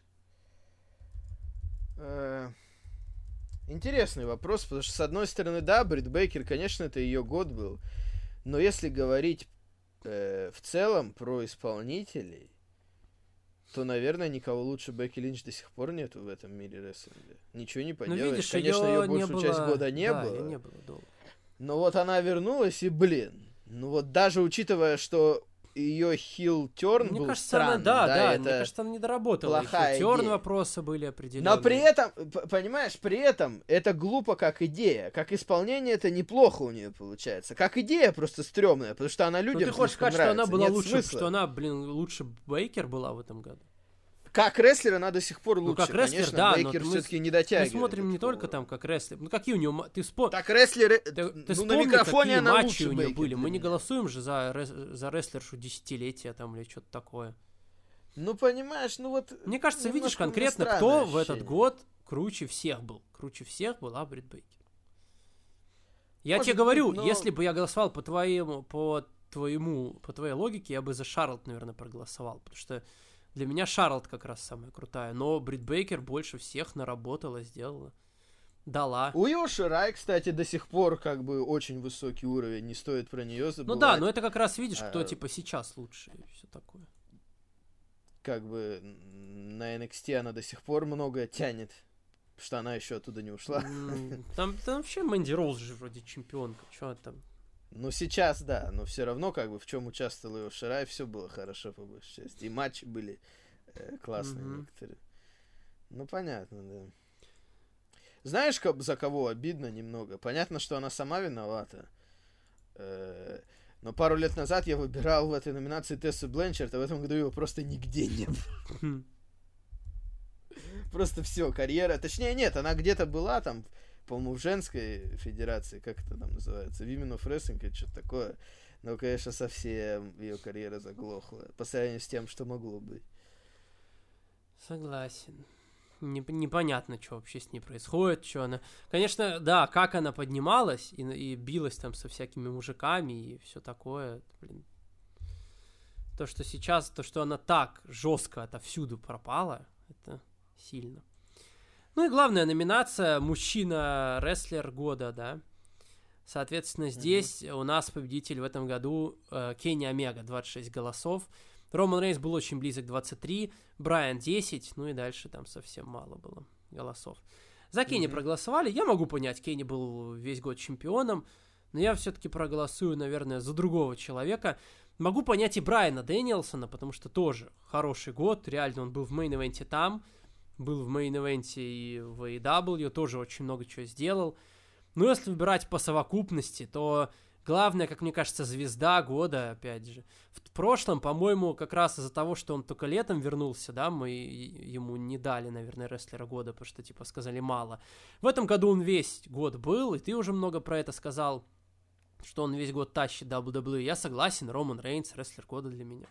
э, интересный вопрос, потому что, с одной стороны, да, Брит Бейкер, конечно, это ее год был, но если говорить э, в целом про исполнителей, то, наверное, никого лучше Бекки Линч до сих пор нету в этом мире рестлинга. Ничего не поделаешь. Ну, видишь, конечно, ее, ее большую было... часть года не да, было. не было долго. Но вот она вернулась, и, блин, ну вот даже учитывая, что ее хил-терн Мне был кажется, странным. она, да, да, да, это мне кажется, она не доработала. плохая Терн идея. вопросы были определенные. Но при этом, п- понимаешь, при этом это глупо как идея. Как исполнение это неплохо у нее получается. Как идея просто стрёмная, потому что она Ну, людям ты хочешь слишком сказать, что она нравится. была Нет лучше, смысла. что она, блин, лучше Бейкер была в этом году? Как рестлер она до сих пор Ну, лучше. как рестлер, Конечно, да, Бейкер но мы, все-таки не дотягивает. мы смотрим до не такого. только там как рестлер. Ну, какие у него... Ты спо... Так рестлеры, Ты, ты ну на вспомни, микрофоне какие она матчи лучше у нее Бейкер были. для Мы не меня. голосуем же за, рес- за рестлершу десятилетия там или что-то такое. Ну, понимаешь, ну вот... Мне кажется, видишь немножко у меня конкретно, странное кто в этот ощущение. год круче всех был. Круче всех была Брит Бейкер. Я Может тебе быть, говорю, но- если бы я голосовал по твоему, по твоему, по твоей логике, я бы за Шарлотт, наверное, проголосовал. Потому что для меня Шарлотт как раз самая крутая. Но Брит Бейкер больше всех наработала, сделала. Дала. У Ио Ширай, кстати, до сих пор как бы очень высокий уровень, не стоит про нее забывать. Ну да, но это как раз видишь, кто А, типа сейчас лучше и все такое. Как бы на эн экс ти она до сих пор многое тянет, потому что она еще оттуда не ушла. М, Там, там вообще Мэнди Роуз же вроде чемпионка. Че там? Ну сейчас, да, но все равно, как бы, в чем участвовал Ио Ширай, все было хорошо, по большей части. И матчи были э, классные Мгм. некоторые. Ну, понятно, да. Знаешь, как, за кого обидно немного? Понятно, что она сама виновата. Э, но пару лет назад я выбирал в этой номинации Тессу Бленчард, а в этом году его просто нигде не было. Хм. Просто все, карьера. Точнее, нет, она где-то была там, по-моему, в женской федерации, как это там называется, Women of Wrestling или что-то такое. Но, конечно, совсем ее карьера заглохла по сравнению с тем, что могло быть. Согласен. Неп- непонятно, что вообще с ней происходит, что она... Конечно, да, как она поднималась и, и билась там со всякими мужиками и все такое, блин. То, что сейчас, то, что она так жестко отовсюду пропала, это сильно. Ну и главная номинация мужчина-рестлер года, да. Соответственно, здесь у нас победитель в этом году э, Кенни Омега, двадцать шесть голосов. Роман Рейнс был очень близок, двадцать три, Брайан десять, ну и дальше там совсем мало было голосов. За Кенни Мгм. проголосовали, я могу понять, Кенни был весь год чемпионом, но я все-таки проголосую, наверное, за другого человека. Могу понять и Брайана Дэниелсона, потому что тоже хороший год, реально он был в мейн-ивенте там, был в мейн-ивенте и в эй и дабл ю, тоже очень много чего сделал. Но если выбирать по совокупности, то главное, как мне кажется, звезда года, опять же. В прошлом, по-моему, как раз из-за того, что он только летом вернулся, да, мы ему не дали, наверное, рестлера года, потому что, типа, сказали мало. В этом году он весь год был, и ты уже много про это сказал, что он весь год тащит дабл ю дабл ю и. Я согласен, Роман Рейнс, рестлер года для меня.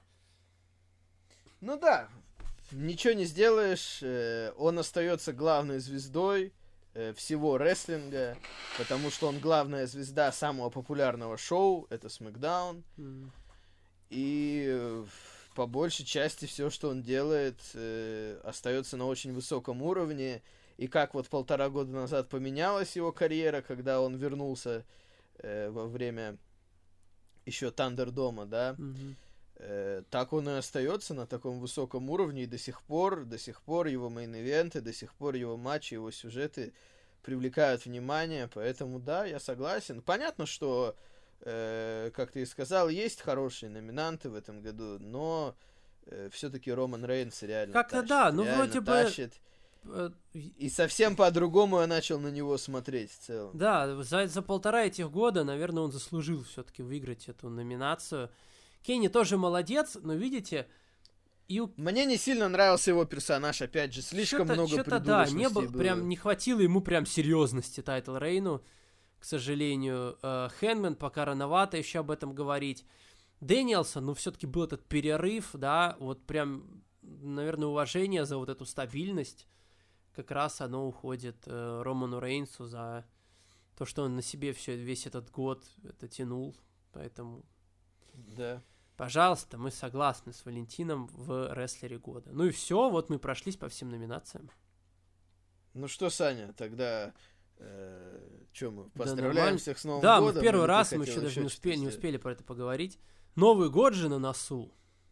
Ну да, ничего не сделаешь, э, он остается главной звездой э, всего рестлинга, потому что он главная звезда самого популярного шоу, это SmackDown, М. и э, по большей части все, что он делает, э, остается на очень высоком уровне, и как вот полтора года назад поменялась его карьера, когда он вернулся э, во время еще Тандердома, да, Мгм. Э, так он и остается на таком высоком уровне, и до сих пор, до сих пор его мейн-ивенты, до сих пор его матчи, его сюжеты привлекают внимание, поэтому да, я согласен. Понятно, что, э, как ты и сказал, есть хорошие номинанты в этом году, но э, все-таки Роман Рейнс реально Как-то тащит, да, ну реально вроде бы- тащит. Э, И совсем по-другому я начал на него смотреть в целом. Да, за, за полтора этих года, наверное, он заслужил все-таки выиграть эту номинацию. Кенни тоже молодец, но видите, и у Мне не сильно нравился его персонаж, опять же, слишком Чё-то- много чё-то, да, придурочностей не было, было. прям не хватило ему прям серьезности Тайтл Рейну, к сожалению. Э, Хэнмен пока рановато еще об этом говорить. Дэниелсон, ну, все-таки был этот перерыв, да, вот прям, наверное, уважение за вот эту стабильность, как раз оно уходит э, Роману Рейнсу за то, что он на себе все, весь этот год это тянул, поэтому... Да. Пожалуйста, мы согласны с Валентином в рестлере года. Ну и все, вот мы прошлись по всем номинациям. Ну что, Саня, тогда э, что мы Да поздравляем нормально. всех с Новым Да, годом? мы в первый или ты раз, мы хотел еще даже не что-то успели, не сделать? успели про это поговорить. Новый год же на носу.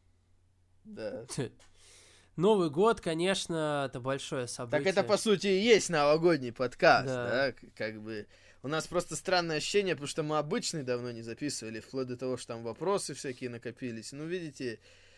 Да. Новый год, конечно, это большое Так событие. это, по сути, и есть новогодний подкаст, Да. да, к- как бы... У нас просто странное ощущение, потому что мы обычный давно не записывали, вплоть до того, что там вопросы всякие накопились. Ну, видите,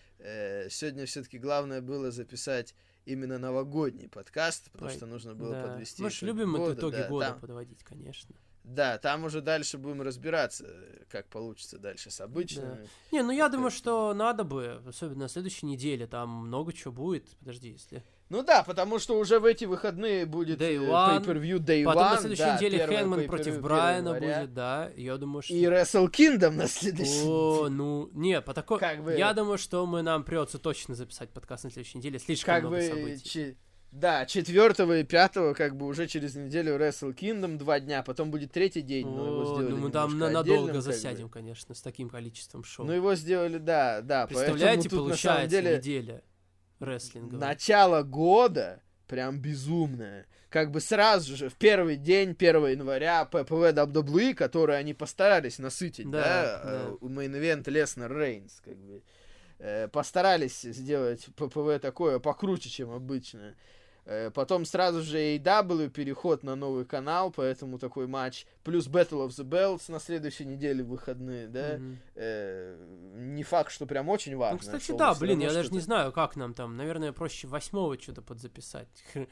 э, сегодня все-таки главное было записать именно новогодний подкаст, потому Ой, что нужно было да. подвести. Мы же любим года, итоги да, года там, подводить, конечно. Да, там уже дальше будем разбираться, как получится дальше с обычными. Да. Не, ну я думаю, что надо бы, особенно на следующей неделе, там много чего будет. Подожди, если... Ну да, потому что уже в эти выходные будет Day э, One, pay-per-view Day потом One. на следующей да, неделе первое Хэнман pay-per-view против первого Брайана января. будет, да. Я думаю, что... И Wrestle Kingdom на следующей О, неделе. ну, не, по такой... Как бы- Я думаю, что мы нам придется точно записать подкаст на следующей неделе. Слишком Как много бы, событий. че- да, четвертого и пятого, как бы уже через неделю Wrestle Kingdom два дня, потом будет третий день, но его О, сделали ну мы там немножко на- отдельным, надолго как бы. засядем, конечно, с таким количеством шоу. Ну его сделали, да, да. Представляете, поэтому тут, на самом получается деле, неделя рестлинга. начало года прям безумное. Как бы сразу же, в первый день, первого января, пэ пэ вэ дабл ю дабл ю и, который они постарались насытить, Да, да, да. э, у мейн-ивент Леснер Рейнс, как бы, э, постарались сделать пэ пэ вэ такое покруче, чем обычно. Э, потом сразу же эй и дабл ю, переход на новый канал, поэтому такой матч, плюс Battle of the Belts на следующей неделе в выходные, да. Мгм. Э, не факт, что прям очень важно. Ну, кстати, шоу, да, но всё блин, равно я даже что-то. не знаю, как нам там. Наверное, проще восьмого что-то подзаписать.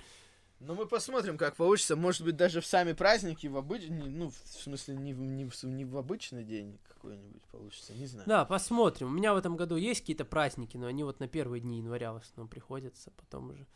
Ну, мы посмотрим, как получится. Может быть, даже в сами праздники, в обычный, ну, в смысле, не в, не в, не в обычный день какой-нибудь получится, не знаю. Да, посмотрим. У меня в этом году есть какие-то праздники, но они вот на первые дни января в основном приходятся, потом уже.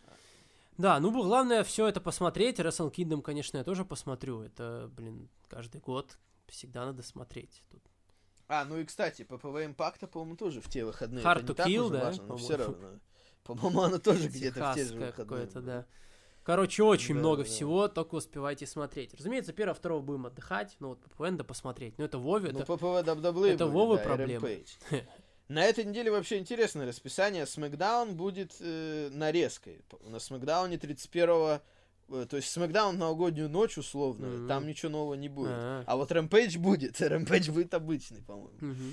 Да, ну, главное все это посмотреть. Wrestle Kingdom, конечно, я тоже посмотрю. Это, блин, каждый год всегда надо смотреть. Тут. А, ну и, кстати, пэ пэ вэ Импакта, по-моему, тоже в те выходные. Hard Это не to так Kill, уже да, важно, но все по-моему. равно. По-моему, оно тоже где-то в те же Техасское выходные. какое-то, да. Короче, очень Да, много да. всего, только успевайте смотреть. Разумеется, первого-второго будем отдыхать, ну вот пэ пэ вэ надо посмотреть. Но это Вове, Ну, это... пэ пэ вэ дабл ю дабл ю и это будет, Вовы да, и проблема. Rampage. На этой неделе вообще интересное расписание. Смэкдаун будет э, нарезкой. На Смэкдауне тридцать первого... э, То есть Смэкдаун в новогоднюю ночь, условно, Мгм. там ничего нового не будет. А. А вот Rampage будет. Rampage будет обычный, по-моему. Мгм.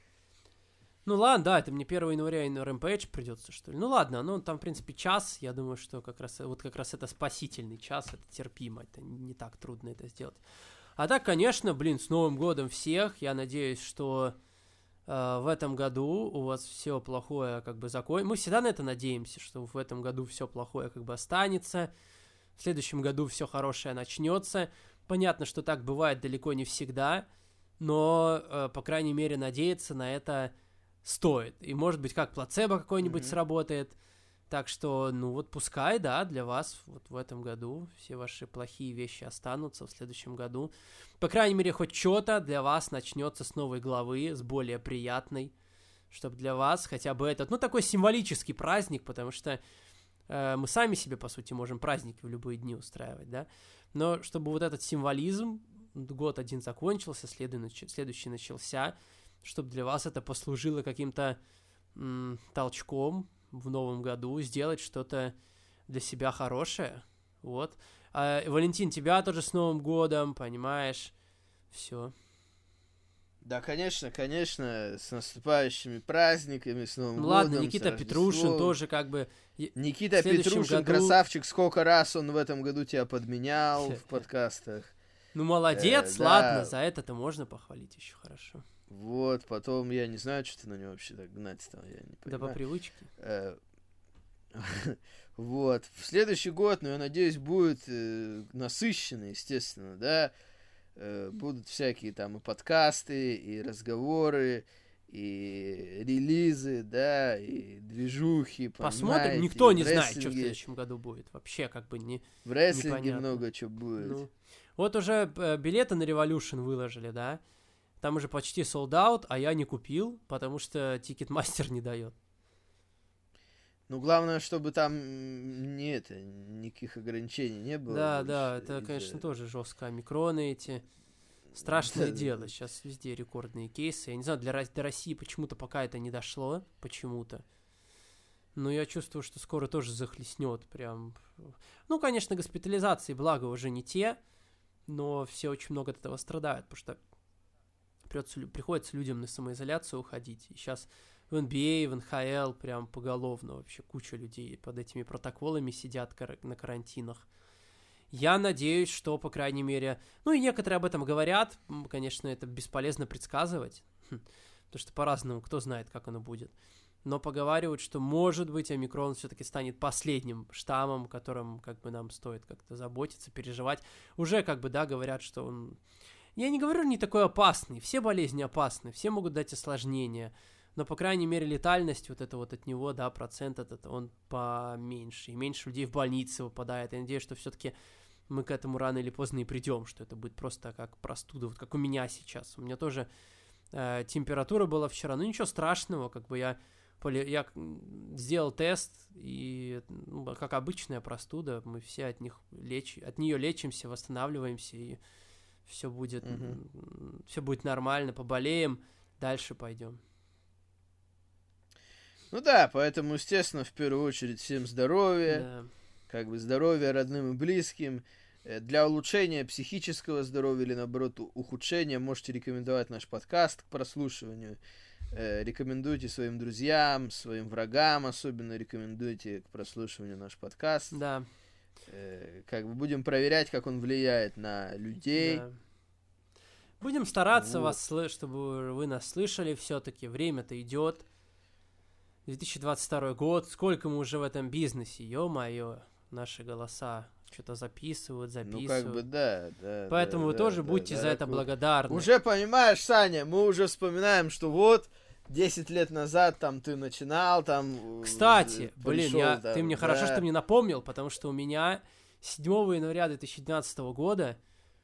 Ну ладно, да, это мне первого января и на Rampage придется, что ли. Ну ладно, ну там, в принципе, час. Я думаю, что как раз вот как раз это спасительный час, это терпимо, это не так трудно это сделать. А так, конечно, блин, с Новым годом всех. Я надеюсь, что э, в этом году у вас все плохое как бы закончится. Мы всегда на это надеемся, что в этом году все плохое как бы останется. В следующем году все хорошее начнется. Понятно, что так бывает далеко не всегда, но, э, по крайней мере, надеяться на это стоит. И, может быть, как плацебо какой-нибудь Мгм. сработает. Так что, ну вот пускай, да, для вас вот в этом году все ваши плохие вещи останутся в следующем году. По крайней мере, хоть что-то для вас начнется с новой главы, с более приятной, чтобы для вас хотя бы этот, ну, такой символический праздник, потому что э, мы сами себе, по сути, можем праздники в любые дни устраивать, да, но чтобы вот этот символизм, год один закончился, следующий, следующий начался, чтобы для вас это послужило каким-то м, толчком в новом году, сделать что-то для себя хорошее, вот. А, Валентин, тебя тоже с Новым годом, понимаешь, все. Да, конечно, конечно, с наступающими праздниками, с Новым Ну годом, ладно, с Никита Рождеством. Петрушин тоже как бы... е- Никита в следующем Петрушин, году- красавчик, сколько раз он в этом году тебя подменял в подкастах. Ну молодец, Э, да. ладно, за это-то можно похвалить еще хорошо. Вот, потом, я не знаю, что ты на него вообще так гнать стал, я не Да по понимаю. привычке. Э, Вот, в следующий год, ну, я надеюсь, будет э, насыщенный, естественно, да, Э, будут всякие там и подкасты, и разговоры, и релизы, да, и движухи, Посмотрим, понимаете, никто и не в знает, что в рестлинге- следующем году будет. Вообще как бы не... В рестлинге непонятно. много чего будет. Ну, вот уже э, билеты на Revolution выложили, да? Там уже почти sold out, а я не купил, потому что Тикетмастер не дает. Ну, главное, чтобы там м, не это, никаких ограничений не было. Да, больше да, это, из-за- конечно, тоже жестко. Омикроны эти. Страшное Да-да-да. дело. Сейчас везде рекордные кейсы. Я не знаю, для, Ро- для России почему-то пока это не дошло. Почему-то. Но я чувствую, что скоро тоже захлестнет прям. Ну, конечно, госпитализации, благо, уже не те, но все очень много от этого страдают, потому что придется, лю- приходится людям на самоизоляцию уходить. И сейчас в эн би эй, в эн ха эл прям поголовно вообще куча людей под этими протоколами сидят кар- на карантинах. Я надеюсь, что, по крайней мере... Ну, и некоторые об этом говорят. Конечно, это бесполезно предсказывать. Потому что по-разному, кто знает, как оно будет. Но поговаривают, что, может быть, омикрон все-таки станет последним штаммом, которым, как бы, нам стоит как-то заботиться, переживать. Уже, как бы, да, говорят, что он... Я не говорю, не такой опасный. Все болезни опасны, все могут дать осложнения. Но, по крайней мере, летальность вот это вот от него, да, процент этот, он поменьше. И меньше людей в больнице выпадает. Я надеюсь, что все-таки мы к этому рано или поздно и придем, что это будет просто как простуда, вот как у меня сейчас. У меня тоже э, температура была вчера, но ничего страшного, как бы я, я сделал тест, и ну, как обычная простуда, мы все от них леч, от нее лечимся, восстанавливаемся, и все будет, mm-hmm. все будет нормально, поболеем, дальше пойдем. Ну да, поэтому, естественно, в первую очередь всем здоровья, да. Как бы здоровья родным и близким. Для улучшения психического здоровья или, наоборот, ухудшения можете рекомендовать наш подкаст к прослушиванию. Рекомендуйте своим друзьям, своим врагам, особенно рекомендуйте к прослушиванию наш подкаст. Да. Как бы будем проверять, как он влияет на людей. Да. Будем стараться вот. вас, чтобы вы нас слышали все-таки. Время-то идет. две тысячи двадцать второй год. Сколько мы уже в этом бизнесе, ё-моё. Наши голоса что-то записывают, записывают. Ну, как бы, да, да. Поэтому да, вы да, тоже да, будьте да, за да, это да. благодарны. Уже понимаешь, Саня, мы уже вспоминаем, что вот десять лет назад там ты начинал, там... Кстати, блин, пришел, я, там, ты мне да. хорошо, что мне напомнил, потому что у меня седьмого января две тысячи двенадцатого года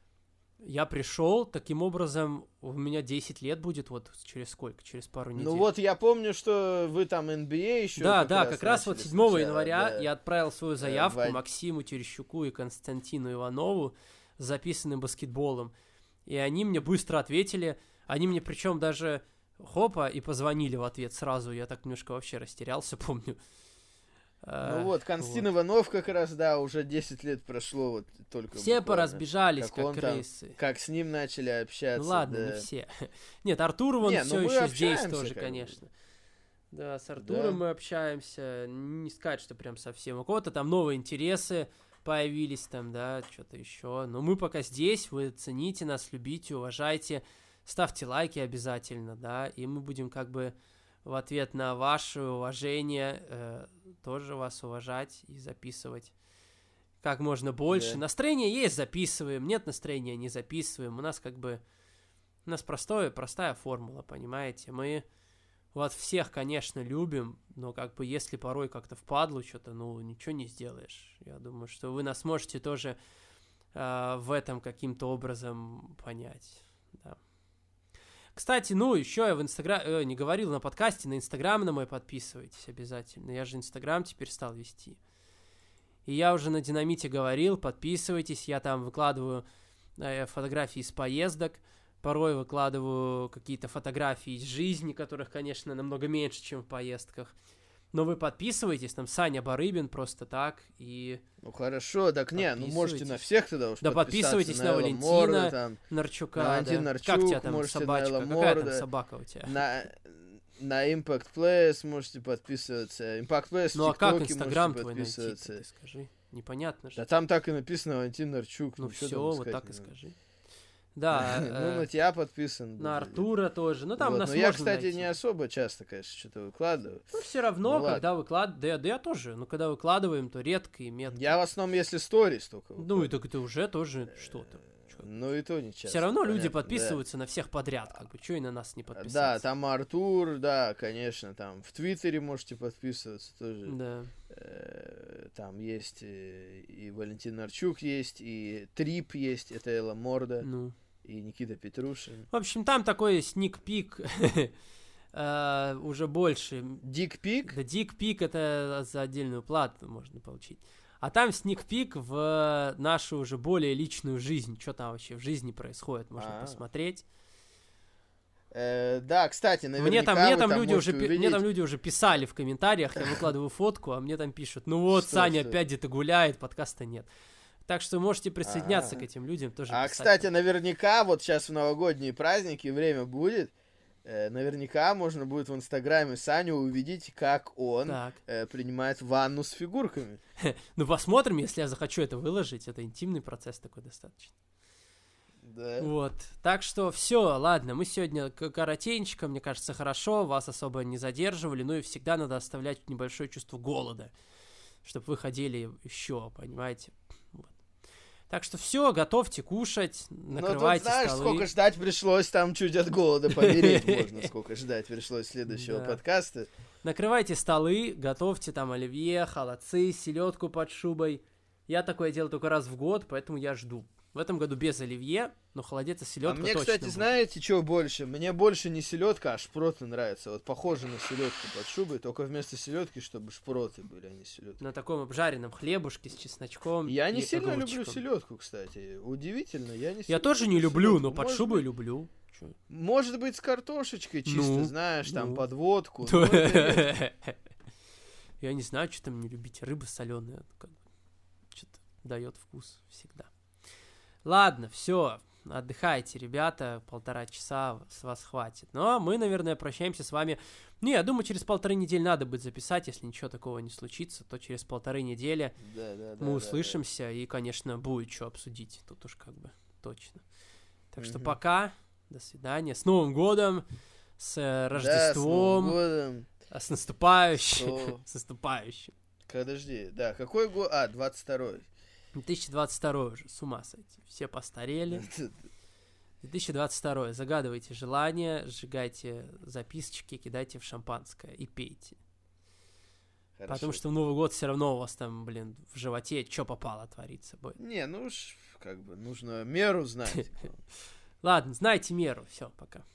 я пришел, таким образом, у меня десять лет будет, вот через сколько, через пару недель. Ну вот я помню, что вы там эн би эй еще. Да, да, как раз вот седьмого января да. я отправил свою заявку Вань... Максиму Терещуку и Константину Иванову с записанным баскетболом. И они мне быстро ответили, они мне причем даже хопа и позвонили в ответ сразу, я так немножко вообще растерялся, помню. Ну вот, Константин вот. Иванов как раз, да, уже десять лет прошло, вот только все буквально. Поразбежались, как, как крысы. Там, как с ним начали общаться. Ну ладно, да. не все. Нет, Артур вон не, все ну еще здесь тоже, как конечно. бы. Да, с Артуром да. мы общаемся, не сказать, что прям совсем. У кого-то там новые интересы появились там, да, что-то еще. Но мы пока здесь, вы цените нас, любите, уважайте, ставьте лайки обязательно, да, и мы будем как бы в ответ на ваше уважение э, тоже вас уважать и записывать как можно больше. Да. Настроение есть, записываем. Нет настроения, не записываем. У нас как бы... У нас простое, простая формула, понимаете? Мы вот всех, конечно, любим, но как бы если порой как-то впадло что-то, ну, ничего не сделаешь. Я думаю, что вы нас можете тоже э, в этом каким-то образом понять. Да. Кстати, ну, еще я в Инстаграм... Э, не говорил на подкасте, на Инстаграм на мой подписывайтесь обязательно. Я же Инстаграм теперь стал вести. И я уже на Динамите говорил, подписывайтесь. Я там выкладываю э, фотографии из поездок. Порой выкладываю какие-то фотографии из жизни, которых, конечно, намного меньше, чем в поездках. Но вы подписывайтесь, там Саня Барыбин просто так, и... Ну хорошо, так не, ну можете на всех тогда уж да подписывайтесь на, на Валентина Морда, там, Нарчука, на Валентин да. Нарчук, как тебя там можете собачка, на какая там собака у тебя? На, на Impact Players можете подписываться, Impact Players ну, в ТикТоке а как Инстаграм можете твой подписываться. Найти, ты скажи, непонятно же. Да там так и написано Валентин Нарчук. Ну, ну все, вот так и скажи. Да. Ну, на тебя подписан. На Артура тоже. Ну, там нас можно я, кстати, найти. не особо часто, конечно, что-то выкладываю. Ну, все равно, ну, когда выкладываем... Да, да я тоже. Но когда выкладываем, то редко и метко. Я в основном, если сторис только. Ну, и так это уже тоже что-то. Ну, и то не часто. Все равно понятно, люди подписываются да. на всех подряд, как бы. Чего и на нас не подписаться? Да, там Артур, да, конечно, там в Твиттере можете подписываться тоже. Да. Там есть и Валентин Нарчук есть, и Трип есть, это Элла Морда. Ну. И Никита Петрушин. В общем, там такой сник-пик uh, уже больше. Дик-пик? Да, дик-пик это за отдельную плату можно получить. А там сник-пик в нашу уже более личную жизнь. Что там вообще в жизни происходит, можно А-а-а. посмотреть. Э, да, кстати, наверняка мне там, мне, там там люди уже, увидеть... мне там люди уже писали в комментариях, я выкладываю фотку, а мне там пишут, ну вот, что, Саня что? опять где-то гуляет, подкаста нет. Так что можете присоединяться А-а-а. к этим людям тоже. А, писать. Кстати, наверняка вот сейчас в новогодние праздники время будет, Э, наверняка можно будет в Инстаграме Сани увидеть, как он э, принимает ванну с фигурками. Ну, посмотрим, если я захочу это выложить. Это интимный процесс такой достаточно. Да. Вот. Так что все, ладно, мы сегодня коротенько, мне кажется, хорошо, вас особо не задерживали, ну и всегда надо оставлять небольшое чувство голода, чтобы вы ходили еще, понимаете? Вот. Так что все, готовьте кушать, накрывайте ну, тут знаешь, столы. сколько ждать пришлось, там чуть от голода помереть можно, сколько ждать пришлось следующего да. подкаста. Накрывайте столы, готовьте там оливье, холодцы, селедку под шубой. Я такое делаю только раз в год, поэтому я жду. В этом году без оливье, но холодец и селедка а мне, точно кстати, будет. знаете, что больше? Мне больше не селедка, а шпроты нравятся. Вот похоже на селедку под шубой, только вместо селедки, чтобы шпроты были, а не селедка. На таком обжаренном хлебушке с чесночком. Я не и сильно огурчиком. люблю селедку, кстати. Удивительно, я не. Я тоже не люблю, селедку. но под Может шубой быть... люблю. Чё? Может быть, с картошечкой чисто, ну, знаешь, ну. там подводку. Я не знаю, что там не любить. Рыба соленая, что-то дает вкус всегда. Ладно, все, отдыхайте, ребята, полтора часа с вас хватит. Но мы, наверное, прощаемся с вами. Не, я думаю, через полторы недели надо будет записать, если ничего такого не случится, то через полторы недели да, да, мы да, услышимся, да, да. и, конечно, будет что обсудить, тут уж как бы точно. Так угу. что пока, до свидания, с Новым годом, с э, Рождеством, да, с, Новым годом. А с наступающим, Что? с наступающим. Подожди, да, какой год? А, двадцать второй. две тысячи двадцать второй уже, с ума сойти. Все постарели. две тысячи двадцать второй. Загадывайте желания, сжигайте записочки, кидайте в шампанское и пейте. Хорошо. Потому что в Новый год все равно у вас там, блин, в животе что попало творится будет. Не, ну уж как бы нужно меру знать. Ладно, знайте меру. Все, пока.